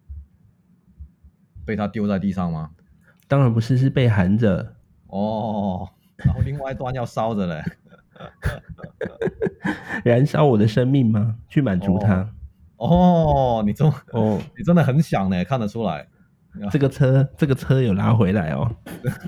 [SPEAKER 2] 被他丢在地上吗？
[SPEAKER 1] 当然不是，是被含着。
[SPEAKER 2] 哦，然后另外一端要烧着嘞。
[SPEAKER 1] 燃烧我的生命吗？去满足他。
[SPEAKER 2] 你真的很想呢，看得出来。
[SPEAKER 1] 这个车有拉回来哦。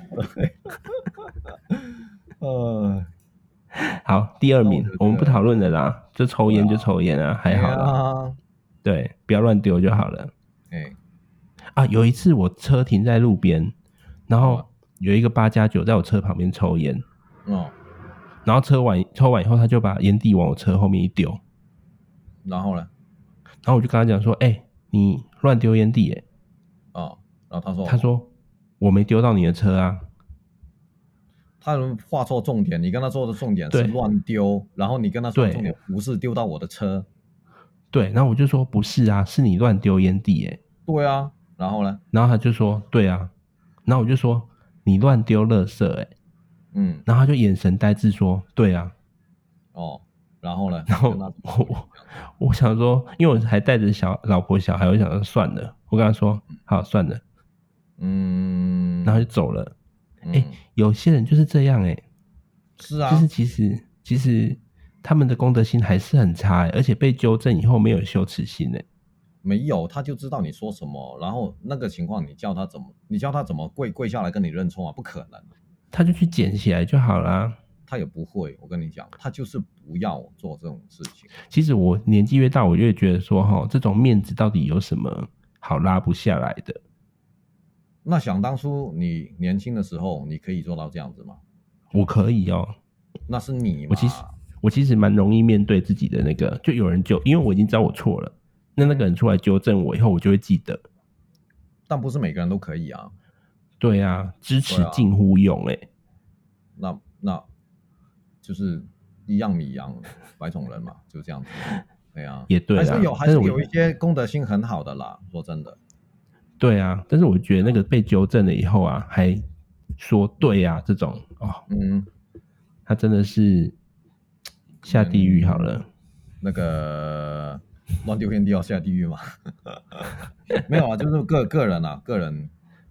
[SPEAKER 1] 好，第2名我们不讨论了啦，就抽烟就抽烟啊，还好啦。对，不要乱丢就好了。有一次我车停在路边，然后有一个8+9在我车旁边抽烟。然后抽完以后，他就把烟蒂往我车后面一丢。
[SPEAKER 2] 然后呢？
[SPEAKER 1] 然后我就跟他讲说：“你乱丢烟蒂耶！”
[SPEAKER 2] 然后
[SPEAKER 1] 他说我没丢到你的车啊。
[SPEAKER 2] 他画错重点，你跟他说的重点是乱丢，然后你跟他说的重点不是丢到我的车。
[SPEAKER 1] 对，然后我就说不是啊，是你乱丢烟蒂耶。
[SPEAKER 2] 对啊，然后呢？
[SPEAKER 1] 然后他就说对啊，然后我就说你乱丢垃圾耶。然后他就眼神呆滞说对啊。
[SPEAKER 2] 然后呢？
[SPEAKER 1] 然后我想说，因为我还带着老婆小孩，我想说算了，我跟他说好算了。然后就走了。有些人就是这样
[SPEAKER 2] 是啊，
[SPEAKER 1] 就是其实他们的公德心还是很差而且被纠正以后没有羞耻心
[SPEAKER 2] 没有，他就知道你说什么，然后那个情况你叫他怎么跪下来跟你认错啊？不可能，
[SPEAKER 1] 他就去捡起来就好啦。
[SPEAKER 2] 他也不会，我跟你讲，他就是不要做这种事情。
[SPEAKER 1] 其实我年纪越大，我越觉得说这种面子到底有什么好拉不下来的？
[SPEAKER 2] 那想当初你年轻的时候，你可以做到这样子吗？
[SPEAKER 1] 我可以哦。
[SPEAKER 2] 那是你嘛。
[SPEAKER 1] 我其实蛮容易面对自己的那个，就有人因为我已经知道我错了，那个人出来纠正我以后，我就会记得。
[SPEAKER 2] 但不是每个人都可以啊。
[SPEAKER 1] 对啊，支持近乎勇
[SPEAKER 2] 那就是一样米养百种人嘛，就这样子。对啊，
[SPEAKER 1] 也对啦，
[SPEAKER 2] 还是有一些公德心很好的啦，说真的。
[SPEAKER 1] 对啊，但是我觉得那个被纠正了以后啊，还说对啊这种他真的是下地狱好了。
[SPEAKER 2] 那个乱丢烟蒂要下地狱吗？没有啊，就是个人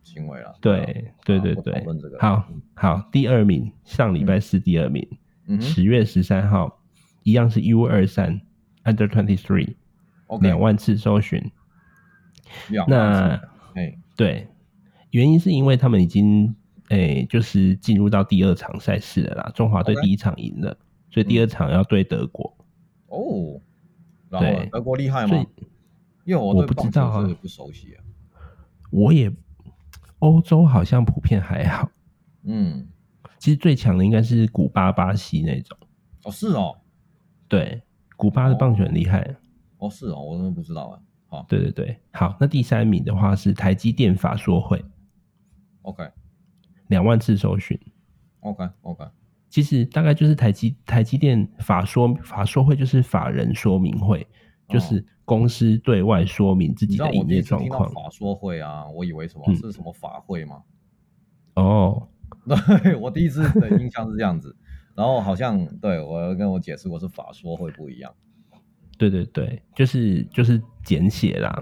[SPEAKER 2] 行为了。
[SPEAKER 1] 对，好，第二名，上礼拜四第二名，10月13号，一样是 U23 Under 23， 2万次搜寻。那对，原因是因为他们已经就是进入到第2场赛事了啦。中华队第1场赢了，所以第2场要对德国。
[SPEAKER 2] 哦，然后德国厉害吗？因为我对棒球是不熟悉啊。
[SPEAKER 1] 我也欧洲好像普遍还好。其实最强的应该是古巴、巴西那种。
[SPEAKER 2] 哦，是哦。
[SPEAKER 1] 对，古巴的棒球很厉害。
[SPEAKER 2] 哦，是哦，我真的不知道啊。好，
[SPEAKER 1] 对，好，那第3名的话是台积电法说会。
[SPEAKER 2] OK，
[SPEAKER 1] 2万次搜寻。
[SPEAKER 2] OK，
[SPEAKER 1] 其实大概就是台积电法说会，就是法人说明会，就是公司对外说明自己的营业状况。
[SPEAKER 2] 法说会啊，我以为什么是什么法会吗？
[SPEAKER 1] 哦，
[SPEAKER 2] 对，我第一次的印象是这样子，然后好像对我跟我解释过是法说会不一样。
[SPEAKER 1] 对，就是简写啦。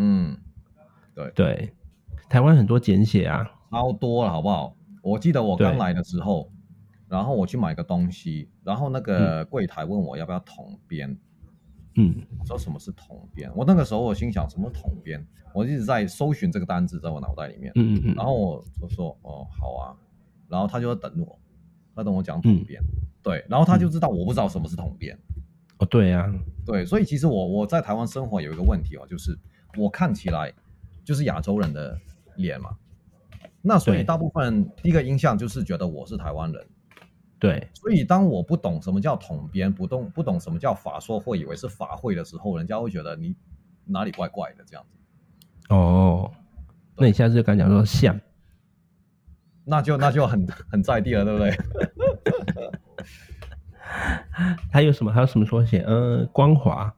[SPEAKER 1] 对，台湾很多简写啊，
[SPEAKER 2] 超多了，好不好？我记得我刚来的时候，然后我去买个东西，然后那个柜台问我要不要统编。我说什么是统编？我那个时候我心想什么统编？我一直在搜寻这个单字在我脑袋里面。然后我就说哦好啊，然后他就等我，他等我讲统编。对，然后他就知道我不知道什么是统编。
[SPEAKER 1] 哦，对啊，
[SPEAKER 2] 对，所以其实我在台湾生活有一个问题哦，就是我看起来就是亚洲人的脸嘛，那所以大部分第一个印象就是觉得我是台湾人。
[SPEAKER 1] 对，
[SPEAKER 2] 所以当我不懂什么叫统编，不懂什么叫法说会，以为是法会的时候，人家会觉得你哪里怪怪的这样子。
[SPEAKER 1] 哦，那你下次就敢讲说像，
[SPEAKER 2] 那就很在地了，对不对？
[SPEAKER 1] 还有什么缩写？光华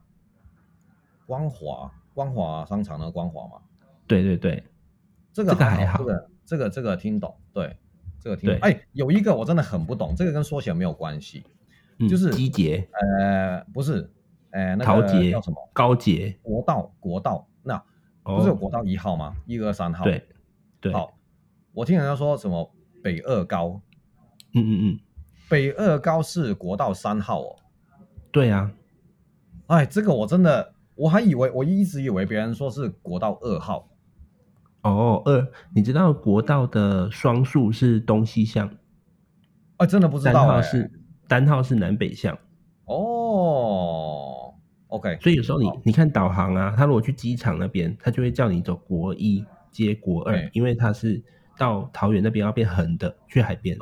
[SPEAKER 2] 商场的光华嘛。
[SPEAKER 1] 对，
[SPEAKER 2] 这个还好，这个听懂，对，这个听懂。有一个我真的很不懂，这个跟缩写没有关系，就是
[SPEAKER 1] 机捷，
[SPEAKER 2] 不是，那个
[SPEAKER 1] 桃捷
[SPEAKER 2] 叫什么？
[SPEAKER 1] 高捷，
[SPEAKER 2] 国道，那不是有国道1号吗？1、2、3号。
[SPEAKER 1] 对。
[SPEAKER 2] 好，我听人家说什么北2高，北2高是国道3号哦。
[SPEAKER 1] 对啊。
[SPEAKER 2] 这个我一直以为别人说是国道2号。
[SPEAKER 1] 你知道国道的双数是东西向？
[SPEAKER 2] 真的不知道。
[SPEAKER 1] 单号是南北向。
[SPEAKER 2] OK。
[SPEAKER 1] 所以有时候你看导航啊，他如果去机场那边，他就会叫你走国1接国2，因为他是到桃园那边要变横的去海边。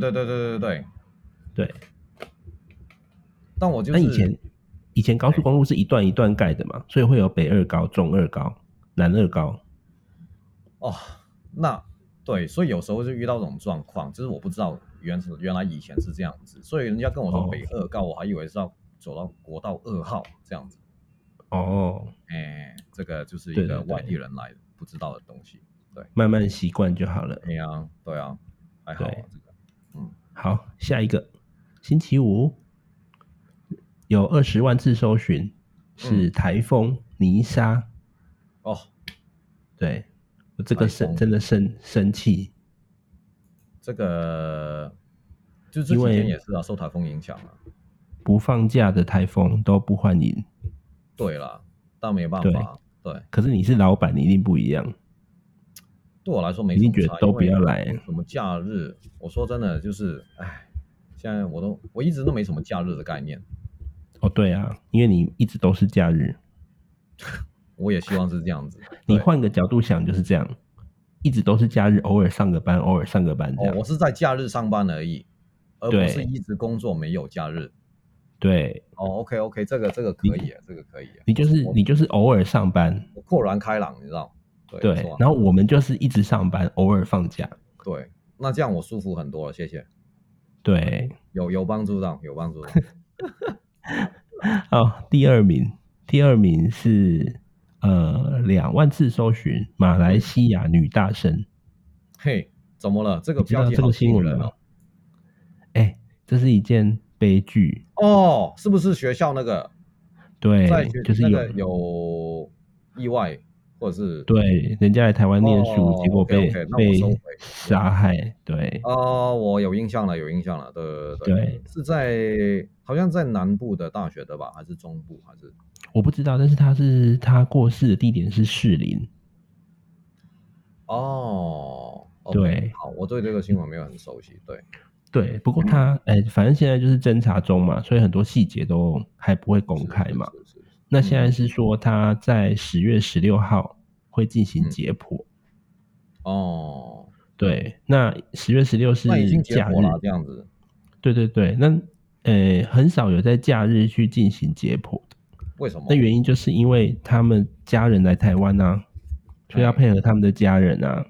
[SPEAKER 1] 对。
[SPEAKER 2] 但我就是
[SPEAKER 1] 以前高速公路是一段一段盖的嘛，所以会有北2高、中2高、南2高。
[SPEAKER 2] 那对，所以有时候就遇到这种状况，就是我不知道原来以前是这样子，所以人家跟我说北2高，我还以为是要走到国道2号这样子。这个就是一个外地人来的不知道的东西。对，
[SPEAKER 1] 慢慢习惯就好了。
[SPEAKER 2] 对啊，还好这个。
[SPEAKER 1] 好，下一个星期五有20万次搜寻，是台风泥沙。对，我这个真的生气。
[SPEAKER 2] 这个就这几天也是受台风影响啊。
[SPEAKER 1] 不放假的台风都不欢迎。
[SPEAKER 2] 对啦，但没办法。对。
[SPEAKER 1] 可是你是老板，你一定不一样。
[SPEAKER 2] 对我来说没什么差，
[SPEAKER 1] 一定觉得都不要来。
[SPEAKER 2] 什么假日？我说真的，就是现在我一直都没什么假日的概念。
[SPEAKER 1] 对啊，因为你一直都是假日。
[SPEAKER 2] 我也希望是这样子。
[SPEAKER 1] 你换个角度想就是这样，一直都是假日，偶尔上个班这样。
[SPEAKER 2] 我是在假日上班而已，而不是一直工作没有假日。
[SPEAKER 1] 对。
[SPEAKER 2] OK， 这个可以，这个可以。
[SPEAKER 1] 你就是偶尔上班，
[SPEAKER 2] 我豁然开朗，你知道？
[SPEAKER 1] 对。然后我们就是一直上班，偶尔放假。
[SPEAKER 2] 对，那这样我舒服很多了，谢谢。
[SPEAKER 1] 对，
[SPEAKER 2] 有帮助到。
[SPEAKER 1] 第二名是2万次搜寻，马来西亚女大生。
[SPEAKER 2] 怎么了？这个
[SPEAKER 1] 标题好吸引人哦。这是一件悲剧是
[SPEAKER 2] 不是学校那个？
[SPEAKER 1] 对，
[SPEAKER 2] 就是有意外或者是
[SPEAKER 1] 对，人家来台湾念书，结果被杀害。对，
[SPEAKER 2] 我有印象了，对，是好像在南部的大学的吧，还是中部，还是
[SPEAKER 1] 我不知道，但是他过世的地点是士林。
[SPEAKER 2] 对，好，我对这个新闻没有很熟悉，
[SPEAKER 1] 对，不过他反正现在就是侦查中嘛，所以很多细节都还不会公开嘛。那现在是说他在10月16号会进行解剖。对，那10月16是
[SPEAKER 2] 那已经解
[SPEAKER 1] 假日
[SPEAKER 2] 剖了，这样子。
[SPEAKER 1] 对，那很少有在假日去进行解剖的。
[SPEAKER 2] 为什么？
[SPEAKER 1] 那原因就是因为他们家人来台湾啊，所以要配合他们的家人啊。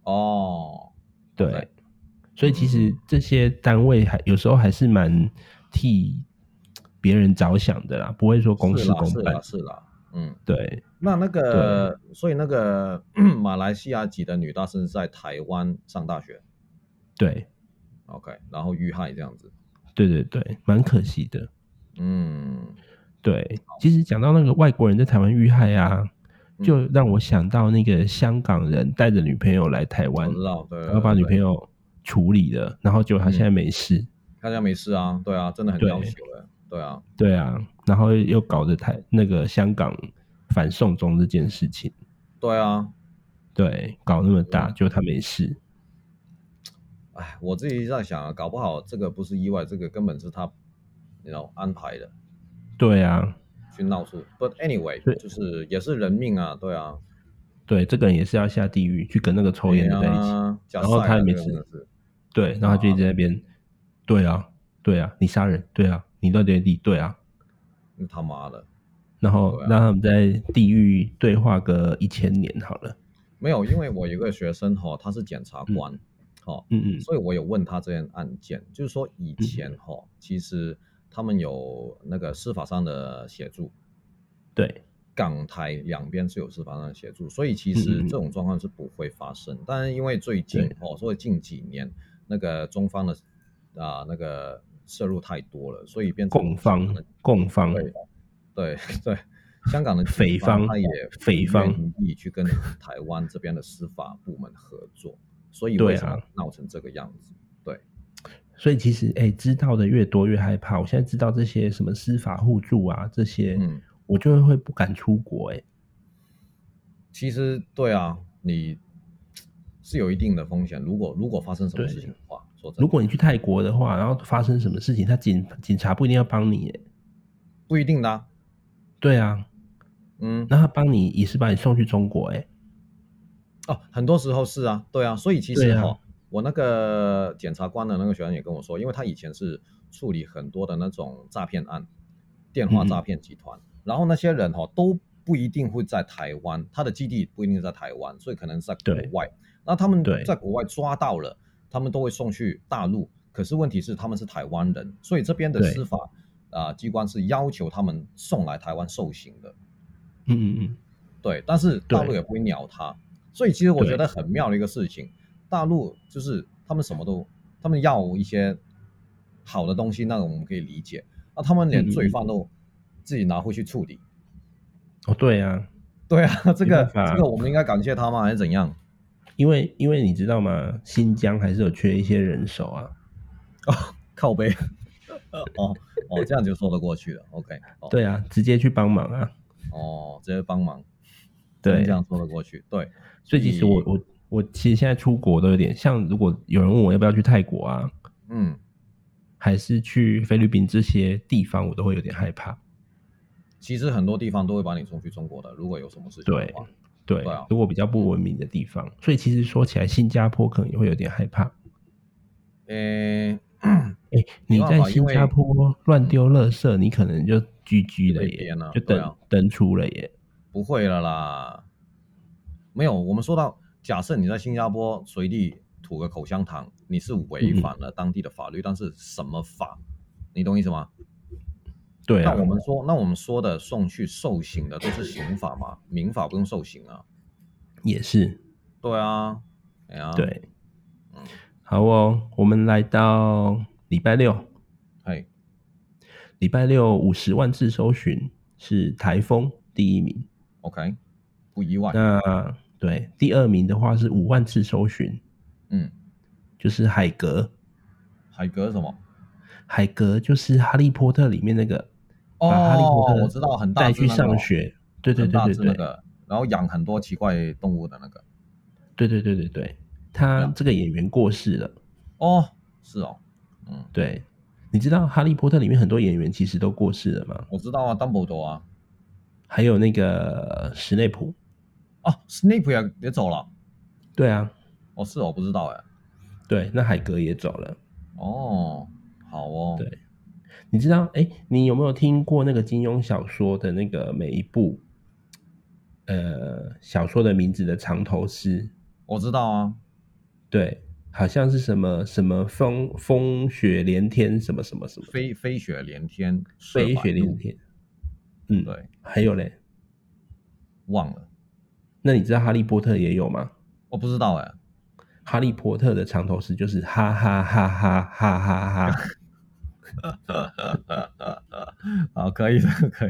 [SPEAKER 1] 对，所以其实这些单位有时候还是蛮替别人着想的啦，不会说公事公办。
[SPEAKER 2] 是啦，
[SPEAKER 1] 对。
[SPEAKER 2] 所以那个马来西亚籍的女大生是在台湾上大学。
[SPEAKER 1] 对。
[SPEAKER 2] OK， 然后遇害这样子。
[SPEAKER 1] 对，蛮可惜的。对，其实讲到那个外国人在台湾遇害啊，就让我想到那个香港人带着女朋友来台湾，然后把女朋友处理了，然后结果他现在没事。
[SPEAKER 2] 他现在没事啊，对啊，真的很要求了，
[SPEAKER 1] 对啊，然后又搞得那个香港反送中这件事情。
[SPEAKER 2] 对啊，
[SPEAKER 1] 对，搞那么大，结果他没事。
[SPEAKER 2] 我自己在想啊，搞不好这个不是意外，这个根本是他安排的。
[SPEAKER 1] 对啊，
[SPEAKER 2] 去闹出 ，but anyway， 就是也是人命啊，对啊，
[SPEAKER 1] 对，这个人也是要下地狱去跟那个抽烟的在一起，然后他也没事，对，然后他就一直在那边，对啊，你杀人，对啊，你乱点地，对啊，
[SPEAKER 2] 他妈的，
[SPEAKER 1] 然后让他们在地狱对话个1000年好了。
[SPEAKER 2] 没有，因为我有个学生他是检察官，所以我有问他这件案件，就是说以前其实他们有那个司法上的协助，
[SPEAKER 1] 对，
[SPEAKER 2] 港台两边是有司法上的协助，所以其实这种状况是不会发生。但是因为最近所以近几年那个中方的那个摄入太多了，所以变成
[SPEAKER 1] 共方，
[SPEAKER 2] 对，香港的
[SPEAKER 1] 匪方
[SPEAKER 2] 他也愿意去跟台湾这边的司法部门合作，所以为什么闹成这个样子？对。
[SPEAKER 1] 所以其实知道的越多越害怕。我现在知道这些什么司法互助啊，这些，我就会不敢出国。
[SPEAKER 2] 其实对啊，你是有一定的风险。如果发生什么事情的话，说真的，
[SPEAKER 1] 如果你去泰国的话，然后发生什么事情，他警察不一定要帮你。
[SPEAKER 2] 不一定的。
[SPEAKER 1] 对啊，那他帮你也是把你送去中国。
[SPEAKER 2] 很多时候是啊，对啊，所以其实我那个检察官的那个学生也跟我说，因为他以前是处理很多的那种诈骗案，电话诈骗集团，然后那些人都不一定会在台湾，他的基地不一定在台湾，所以可能是在国外。那他们在国外抓到了，他们都会送去大陆。可是问题是他们是台湾人，所以这边的司法机关是要求他们送来台湾受刑的。对，但是大陆也不会鸟他，所以其实我觉得很妙的一个事情。大陆就是他们什么都，他们要一些好的东西，那我们可以理解。那他们连罪犯都自己拿回去处理。
[SPEAKER 1] 对啊，
[SPEAKER 2] 这个我们应该感谢他吗？还是怎样？
[SPEAKER 1] 因为你知道吗？新疆还是有缺一些人手啊。
[SPEAKER 2] 靠背。这样就说得过去了。OK。
[SPEAKER 1] 对啊，直接去帮忙啊。
[SPEAKER 2] 直接帮忙。
[SPEAKER 1] 对，
[SPEAKER 2] 这样说得过去。对，
[SPEAKER 1] 所以其实我其实现在出国都有点像，如果有人问我要不要去泰国啊，还是去菲律宾这些地方，我都会有点害怕。
[SPEAKER 2] 其实很多地方都会把你送去中国的，如果有什么事情的话。
[SPEAKER 1] 对，如果比较不文明的地方，所以其实说起来，新加坡可能也会有点害怕。你在新加坡乱丢垃圾，你可能就GG了耶，就登出了耶。
[SPEAKER 2] 不会了啦，没有。我们说到，假设你在新加坡随地吐个口香糖，你是违反了当地的法律，但是什么法？你懂意思吗？
[SPEAKER 1] 对啊。
[SPEAKER 2] 那我们说的送去受刑的都是刑法嘛，民法不用受刑啊。
[SPEAKER 1] 也是。
[SPEAKER 2] 对啊。
[SPEAKER 1] 对。好我们来到礼拜六。礼拜六50万次搜寻是台风第1名。
[SPEAKER 2] OK。 不意外。
[SPEAKER 1] 那对第2名的话是5万次搜寻，就是海格。
[SPEAKER 2] 海格什么？
[SPEAKER 1] 海格就是哈利波特里面那个，把哈利波特
[SPEAKER 2] 我知道，很大
[SPEAKER 1] 带去
[SPEAKER 2] 只那个
[SPEAKER 1] 上学，对对对对对，
[SPEAKER 2] 那个，然后养很多奇怪动物的那个，
[SPEAKER 1] 对对对对对，他这个演员过世了。
[SPEAKER 2] 是哦，
[SPEAKER 1] 对，你知道哈利波特里面很多演员其实都过世了吗？
[SPEAKER 2] 我知道啊，Dumbledore 啊，
[SPEAKER 1] 还有那个史内普。
[SPEAKER 2] Snape 也走了。
[SPEAKER 1] 对啊。
[SPEAKER 2] 是哦，不知道哎。
[SPEAKER 1] 对，那海格也走了。
[SPEAKER 2] 好哦。
[SPEAKER 1] 对，你知道你有没有听过那个金庸小说的那个每一部小说的名字的长头诗？
[SPEAKER 2] 我知道啊。
[SPEAKER 1] 对，好像是什么什么风雪连天什么什么什么
[SPEAKER 2] 飞雪连天，
[SPEAKER 1] 飞雪连天。
[SPEAKER 2] 对，
[SPEAKER 1] 还有嘞，
[SPEAKER 2] 忘了。
[SPEAKER 1] 那你知道哈利波特也有吗？
[SPEAKER 2] 我不知道哎。
[SPEAKER 1] 哈利波特的长头诗就是哈哈哈哈哈哈哈。
[SPEAKER 2] 好，可以的，可以。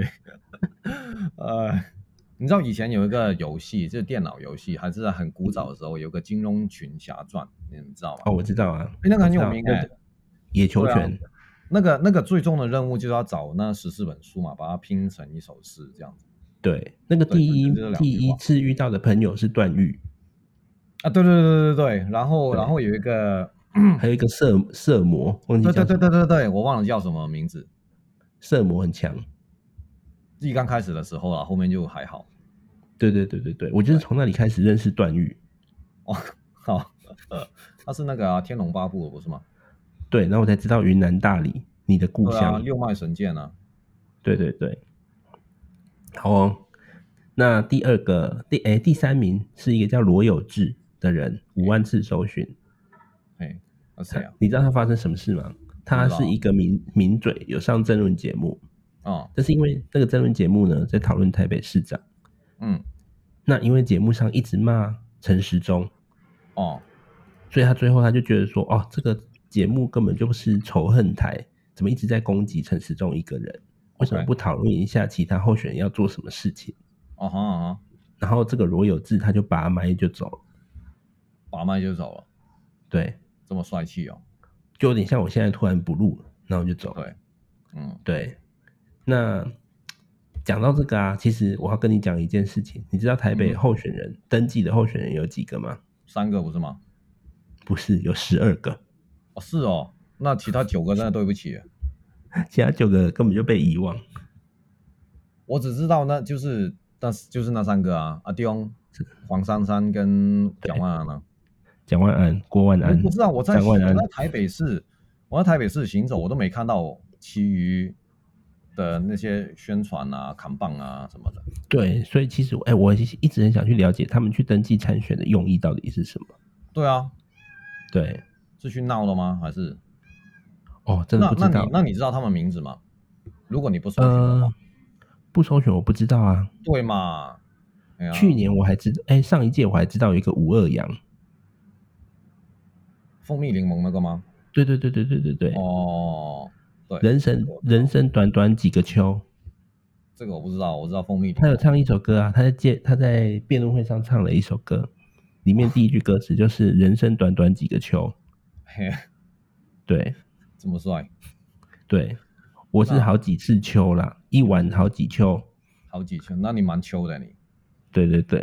[SPEAKER 2] 你知道以前有一个游戏，就是电脑游戏，还是在很古早的时候，有个《金庸群侠传》，你们知道吗？
[SPEAKER 1] 我知道啊。
[SPEAKER 2] 那个很有名
[SPEAKER 1] 野球拳。
[SPEAKER 2] 那个最终的任务就是要找那14本书嘛，把它拼成一首诗这样子。
[SPEAKER 1] 对，那个第一次遇到的朋友是段誉。
[SPEAKER 2] 对，然后有一个
[SPEAKER 1] 还有一个色魔，忘记叫什么。
[SPEAKER 2] 对，我忘了叫什么名字。
[SPEAKER 1] 色魔很强，
[SPEAKER 2] 自己刚开始的时候啦，后面就还好。
[SPEAKER 1] 对，我就是从那里开始认识段誉。
[SPEAKER 2] 好，他是那个天龙八部不是吗？
[SPEAKER 1] 对，然后我才知道云南大理，你的故乡。
[SPEAKER 2] 六脉神剑啊。
[SPEAKER 1] 对，好哦。那第3名是一个叫罗有志的人，5万次搜寻。
[SPEAKER 2] 那谁啊？
[SPEAKER 1] 你知道他发生什么事吗？他是一个名嘴，有上政论节目。但是因为那个政论节目呢，在讨论台北市长。那因为节目上一直骂陈时中。所以他最后他就觉得说，这个节目根本就不是仇恨台，怎么一直在攻击陈时中一个人？为什么不讨论一下其他候选人要做什么事情？然后这个罗有志他就拔麦就走了。对，
[SPEAKER 2] 这么帅气哦。
[SPEAKER 1] 就有点像我现在突然不录了，然后就走了。对。那讲到这个啊，其实我要跟你讲一件事情，你知道台北候选人登记的候选人有几个吗
[SPEAKER 2] ？3个不是吗？
[SPEAKER 1] 不是，有12个。
[SPEAKER 2] 是哦，那其他9个真的对不起。
[SPEAKER 1] 其他9个根本就被遗忘。
[SPEAKER 2] 我只知道那就是那3个啊，阿丢、黄珊珊跟蒋万安啊。
[SPEAKER 1] 蒋万安、郭万安。
[SPEAKER 2] 不知道，我在台北市行走，我都没看到其余的那些宣传啊、扛棒啊什么的。
[SPEAKER 1] 对，所以其实我一直很想去了解他们去登记参选的用意到底是什么。
[SPEAKER 2] 对啊。
[SPEAKER 1] 对，
[SPEAKER 2] 是去闹的吗？还是？
[SPEAKER 1] 真的不知道。
[SPEAKER 2] 那你知道他们名字吗？如果你不搜寻的话。
[SPEAKER 1] 不搜寻我不知道啊。
[SPEAKER 2] 对嘛？
[SPEAKER 1] 去年我还知道，上一届我还知道有一个吴二阳。
[SPEAKER 2] 蜂蜜柠檬那个吗？
[SPEAKER 1] 对。
[SPEAKER 2] 对。
[SPEAKER 1] 人生短短几个秋。
[SPEAKER 2] 这个我不知道，我知道蜂蜜柠檬。
[SPEAKER 1] 他有唱一首歌啊，他在辩论会上唱了一首歌，里面第一句歌词就是人生短短几个秋。对。
[SPEAKER 2] 这么帅。
[SPEAKER 1] 对，我是好几次秋啦，一晚好几秋。
[SPEAKER 2] 好几秋，那你蛮秋的你。
[SPEAKER 1] 对。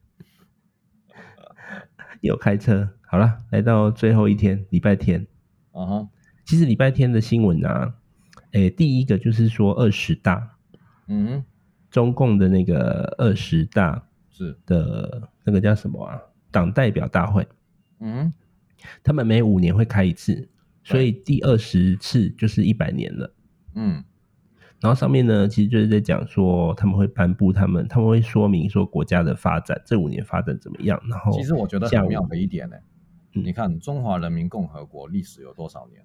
[SPEAKER 1] 有开车。好了，来到最后一天，礼拜天。其实礼拜天的新闻啊，第一个就是说20大。中共的那个20大
[SPEAKER 2] 是
[SPEAKER 1] 的那个叫什么啊？党代表大会。他们每5年会开一次，所以第20次就是100年了。然后上面呢，其实就是在讲说他们会颁布他们会说明说国家的发展，这5年发展怎么样。然后
[SPEAKER 2] 其实我觉得很妙的一点呢，你看中华人民共和国历史有多少年？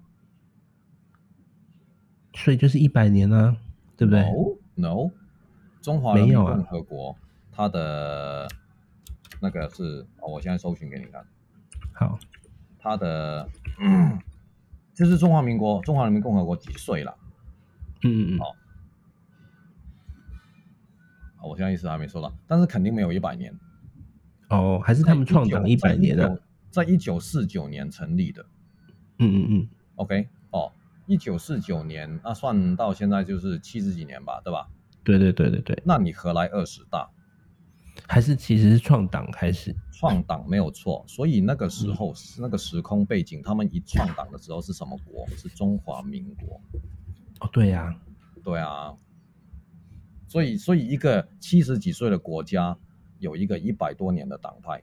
[SPEAKER 1] 所以就是100年啊，对不对
[SPEAKER 2] ？No， 中华人民共和国它的那个是我现在搜寻给你看。
[SPEAKER 1] 好，
[SPEAKER 2] 它的就是中华人民共和国几岁了？ 我现在意思还没说到，但是肯定没有100年。
[SPEAKER 1] 哦，还是他们创党100年了，
[SPEAKER 2] 在1949年成立的。OK， 哦，1949年，那算到现在就是70几年吧，对吧？
[SPEAKER 1] 对。
[SPEAKER 2] 那你何来20大？
[SPEAKER 1] 还是其实是创党开始？
[SPEAKER 2] 创党没有错，所以那个时候、那个时空背景，他们一创党的时候是什么国？是中华民国。
[SPEAKER 1] 哦，对呀，
[SPEAKER 2] 对啊。所以一个70几岁的国家有一个100多年的党派，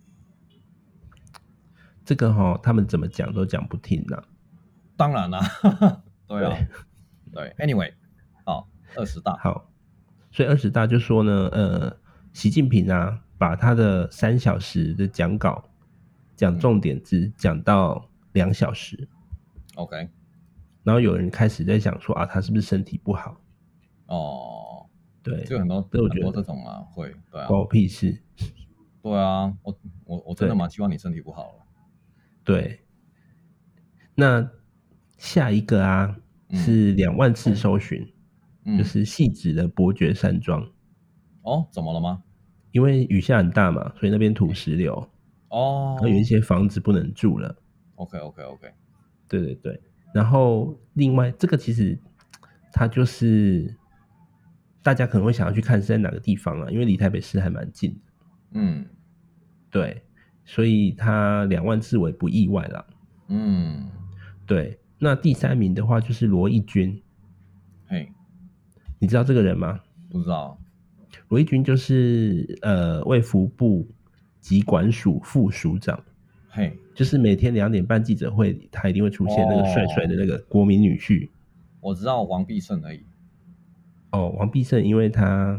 [SPEAKER 1] 这个他们怎么讲都讲不听啊。
[SPEAKER 2] 当然啦，对啊，对 ，anyway， 好，20大，
[SPEAKER 1] 好，所以20大就说呢，习近平啊，把他的3小时的讲稿讲重点只讲到2小时
[SPEAKER 2] ，OK，
[SPEAKER 1] 然后有人开始在想说啊，他是不是身体不好？
[SPEAKER 2] 哦，
[SPEAKER 1] 对，
[SPEAKER 2] 就很多这种啊，会，对啊，
[SPEAKER 1] 关我屁事。
[SPEAKER 2] 对啊，我真的蛮希望你身体不好了。
[SPEAKER 1] 对，那下一个啊是2万次搜寻，就是汐止的伯爵山庄。
[SPEAKER 2] 哦，怎么了吗？
[SPEAKER 1] 因为雨下很大嘛，所以那边土石流。
[SPEAKER 2] 哦，
[SPEAKER 1] 有一些房子不能住了。
[SPEAKER 2] OK，
[SPEAKER 1] 对。然后另外这个其实它就是大家可能会想要去看是在哪个地方啊，因为离台北市还蛮近的。对，所以它2万次我也不意外啦。对。那第3名的话就是罗义军。
[SPEAKER 2] 嘿，
[SPEAKER 1] 你知道这个人吗？
[SPEAKER 2] 不知道。
[SPEAKER 1] 罗义军就是卫福部疾管署副署长。
[SPEAKER 2] 嘿，
[SPEAKER 1] 就是每天2点半记者会，他一定会出现那个帅帅的那个国民女婿。
[SPEAKER 2] 我知道王必胜而已。
[SPEAKER 1] 哦，王必胜，因为他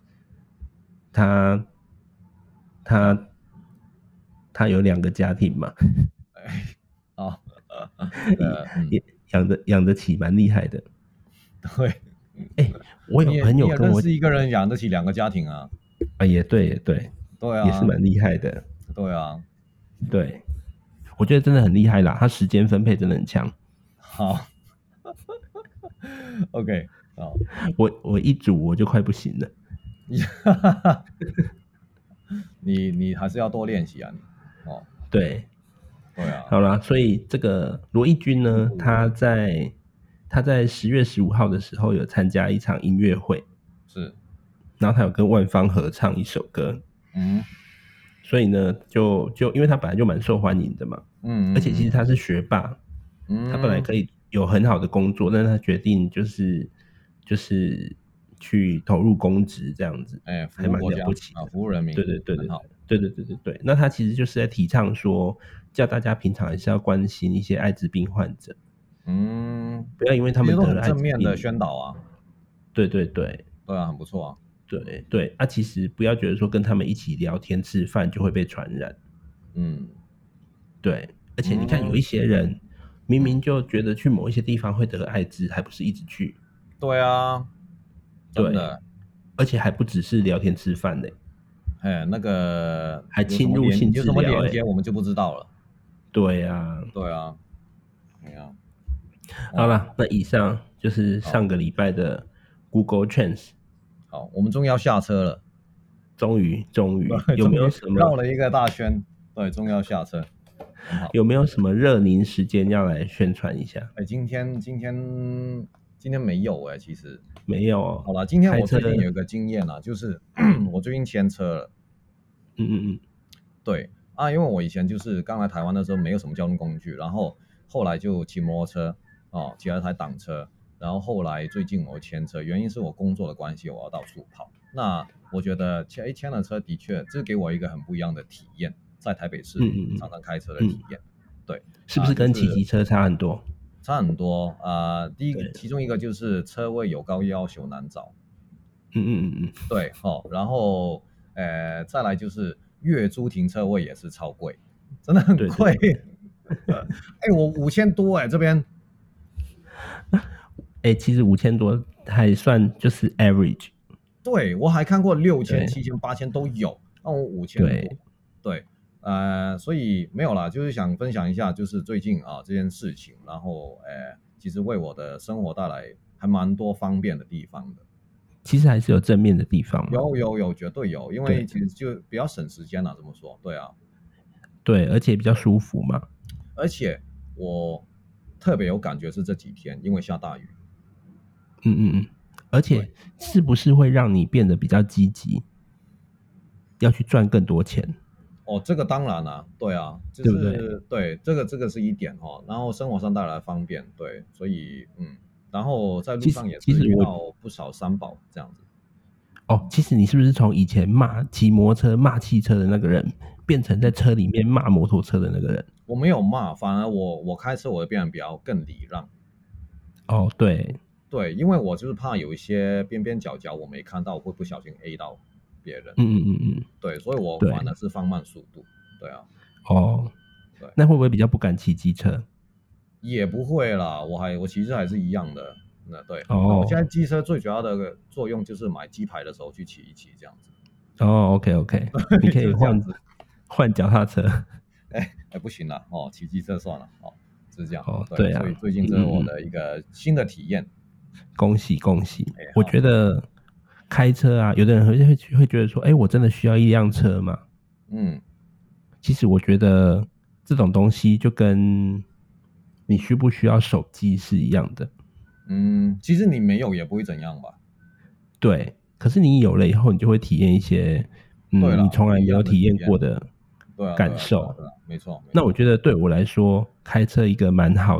[SPEAKER 1] 有2个家庭嘛。养得起，蛮厉害的。
[SPEAKER 2] 对。
[SPEAKER 1] 我有朋友跟我，
[SPEAKER 2] 你也认识一个人养得起2个家庭啊。
[SPEAKER 1] 也对，
[SPEAKER 2] 对啊，
[SPEAKER 1] 也是蛮厉害的。
[SPEAKER 2] 对啊，
[SPEAKER 1] 对，我觉得真的很厉害啦，他时间分配真的很强。
[SPEAKER 2] 好，OK， 好，
[SPEAKER 1] 我一组我就快不行了。
[SPEAKER 2] 你还是要多练习啊，你。
[SPEAKER 1] 对
[SPEAKER 2] 啊。
[SPEAKER 1] 好啦，所以这个罗义军呢，他在10月15号的时候有参加一场音乐会，
[SPEAKER 2] 是，
[SPEAKER 1] 然后他有跟万芳合唱一首歌。所以呢，就因为他本来就蛮受欢迎的嘛，而且其实他是学霸，他本来可以有很好的工作，但是他决定就是去投入公职这样子，还蛮了不起的，
[SPEAKER 2] 服务人民。
[SPEAKER 1] 对。那他其实就是在提倡说，叫大家平常还是要关心一些艾滋病患者，不要因为他们得了艾滋病，
[SPEAKER 2] 正面的宣导啊。
[SPEAKER 1] 对
[SPEAKER 2] 啊，很不错啊。
[SPEAKER 1] 对啊，其实不要觉得说跟他们一起聊天吃饭就会被传染。对，而且你看有一些人明明就觉得去某一些地方会得艾滋，还不是一直去。
[SPEAKER 2] 对啊，真的，
[SPEAKER 1] 而且还不只是聊天吃饭呢。
[SPEAKER 2] 那个
[SPEAKER 1] 还侵入性治疗，
[SPEAKER 2] 有什么连接我们就不知道了。
[SPEAKER 1] 对啊。好了，那以上就是上个礼拜的 Google Trends。
[SPEAKER 2] 好，我们终于要下车了。
[SPEAKER 1] 终于有没有什么
[SPEAKER 2] 绕了一个大圈？对，终于要下车。
[SPEAKER 1] 有没有什么热宁时间要来宣传一下？
[SPEAKER 2] 今天没有其实
[SPEAKER 1] 没有哦。
[SPEAKER 2] 好了，今天我最近有一个经验啊，就是我最近签车了。对啊，因为我以前就是刚来台湾的时候没有什么交通工具，然后后来就骑摩托车骑了台挡车，然后后来最近我签车，原因是我工作的关系，我要到处跑。那我觉得签了车的确这给我一个很不一样的体验，在台北市常常开车的体验。对，
[SPEAKER 1] 是不是跟骑机车差很多？
[SPEAKER 2] 差很多其中一个就是车位有高要求难找。对然后再来就是月租停车位也是超贵，真的很贵。我5000多这边。
[SPEAKER 1] 其实5000多还算就是 average。
[SPEAKER 2] 对，我还看过6000、7000、8000都有，那我5000多。对，所以没有啦，就是想分享一下，就是最近这件事情，然后其实为我的生活带来还蛮多方便的地方的。
[SPEAKER 1] 其实还是有正面的地方嘛。
[SPEAKER 2] 有，绝对有，因为其实就比较省时间了，这么说，对啊，
[SPEAKER 1] 对，而且比较舒服嘛。
[SPEAKER 2] 而且我特别有感觉是这几天，因为下大雨。
[SPEAKER 1] 而且是不是会让你变得比较积极，要去赚更多钱？
[SPEAKER 2] 哦，这个当然啦，对啊，就是对这个是一点哈，然后生活上带来方便，对，所以然后在路上也是遇到不少三宝这样子。
[SPEAKER 1] 哦，其实你是不是从以前骑摩托车骂汽车的那个人，变成在车里面骂摩托车的那个人？
[SPEAKER 2] 我没有骂，反而我开车我会变得比较更礼让。
[SPEAKER 1] 哦，对，
[SPEAKER 2] 因为我就是怕有一些边边角角我没看到，会不小心 A 到别人。对，所以我反而是放慢速度。对啊。
[SPEAKER 1] 哦，对，那会不会比较不敢骑机车？
[SPEAKER 2] 也不会啦，我其实还是一样的。那对，
[SPEAKER 1] 哦，
[SPEAKER 2] 我现在机车最主要的作用就是买鸡排的时候去骑一骑这样子。
[SPEAKER 1] 哦 ，OK， 你可以换脚踏车。
[SPEAKER 2] 不行了哦，骑机车算了哦，就是这样。
[SPEAKER 1] 哦，对啊，
[SPEAKER 2] 所以最近这是我的一个新的体验。
[SPEAKER 1] 恭喜！我觉得开车啊，有的人会觉得说，我真的需要一辆车吗？其实我觉得这种东西就跟你需不需要手机是一样的。
[SPEAKER 2] 其实你没有也不会怎样吧？
[SPEAKER 1] 对，可是你有了以后，你就会体验一些你从来没有体验过的感受。
[SPEAKER 2] 没错。
[SPEAKER 1] 那我觉得对我来说，开车一个蛮好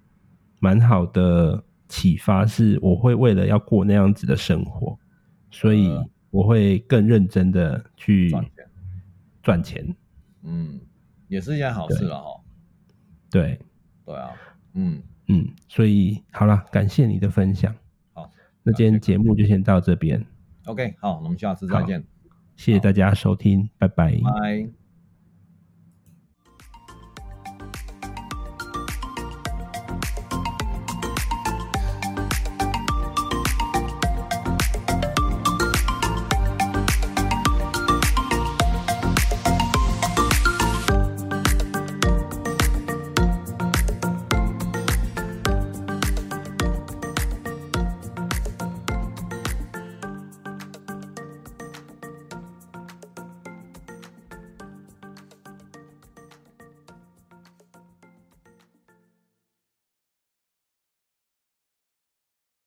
[SPEAKER 1] 的启发是，我会为了要过那样子的生活，所以我会更认真的去赚钱。
[SPEAKER 2] 也是一件好事了哈。
[SPEAKER 1] 对
[SPEAKER 2] 啊，
[SPEAKER 1] 所以好了，感谢你的分享。
[SPEAKER 2] 好，
[SPEAKER 1] 那今天节目就先到这边。
[SPEAKER 2] OK， 好，我们下次再见。
[SPEAKER 1] 谢谢大家收听，拜拜。
[SPEAKER 2] 拜。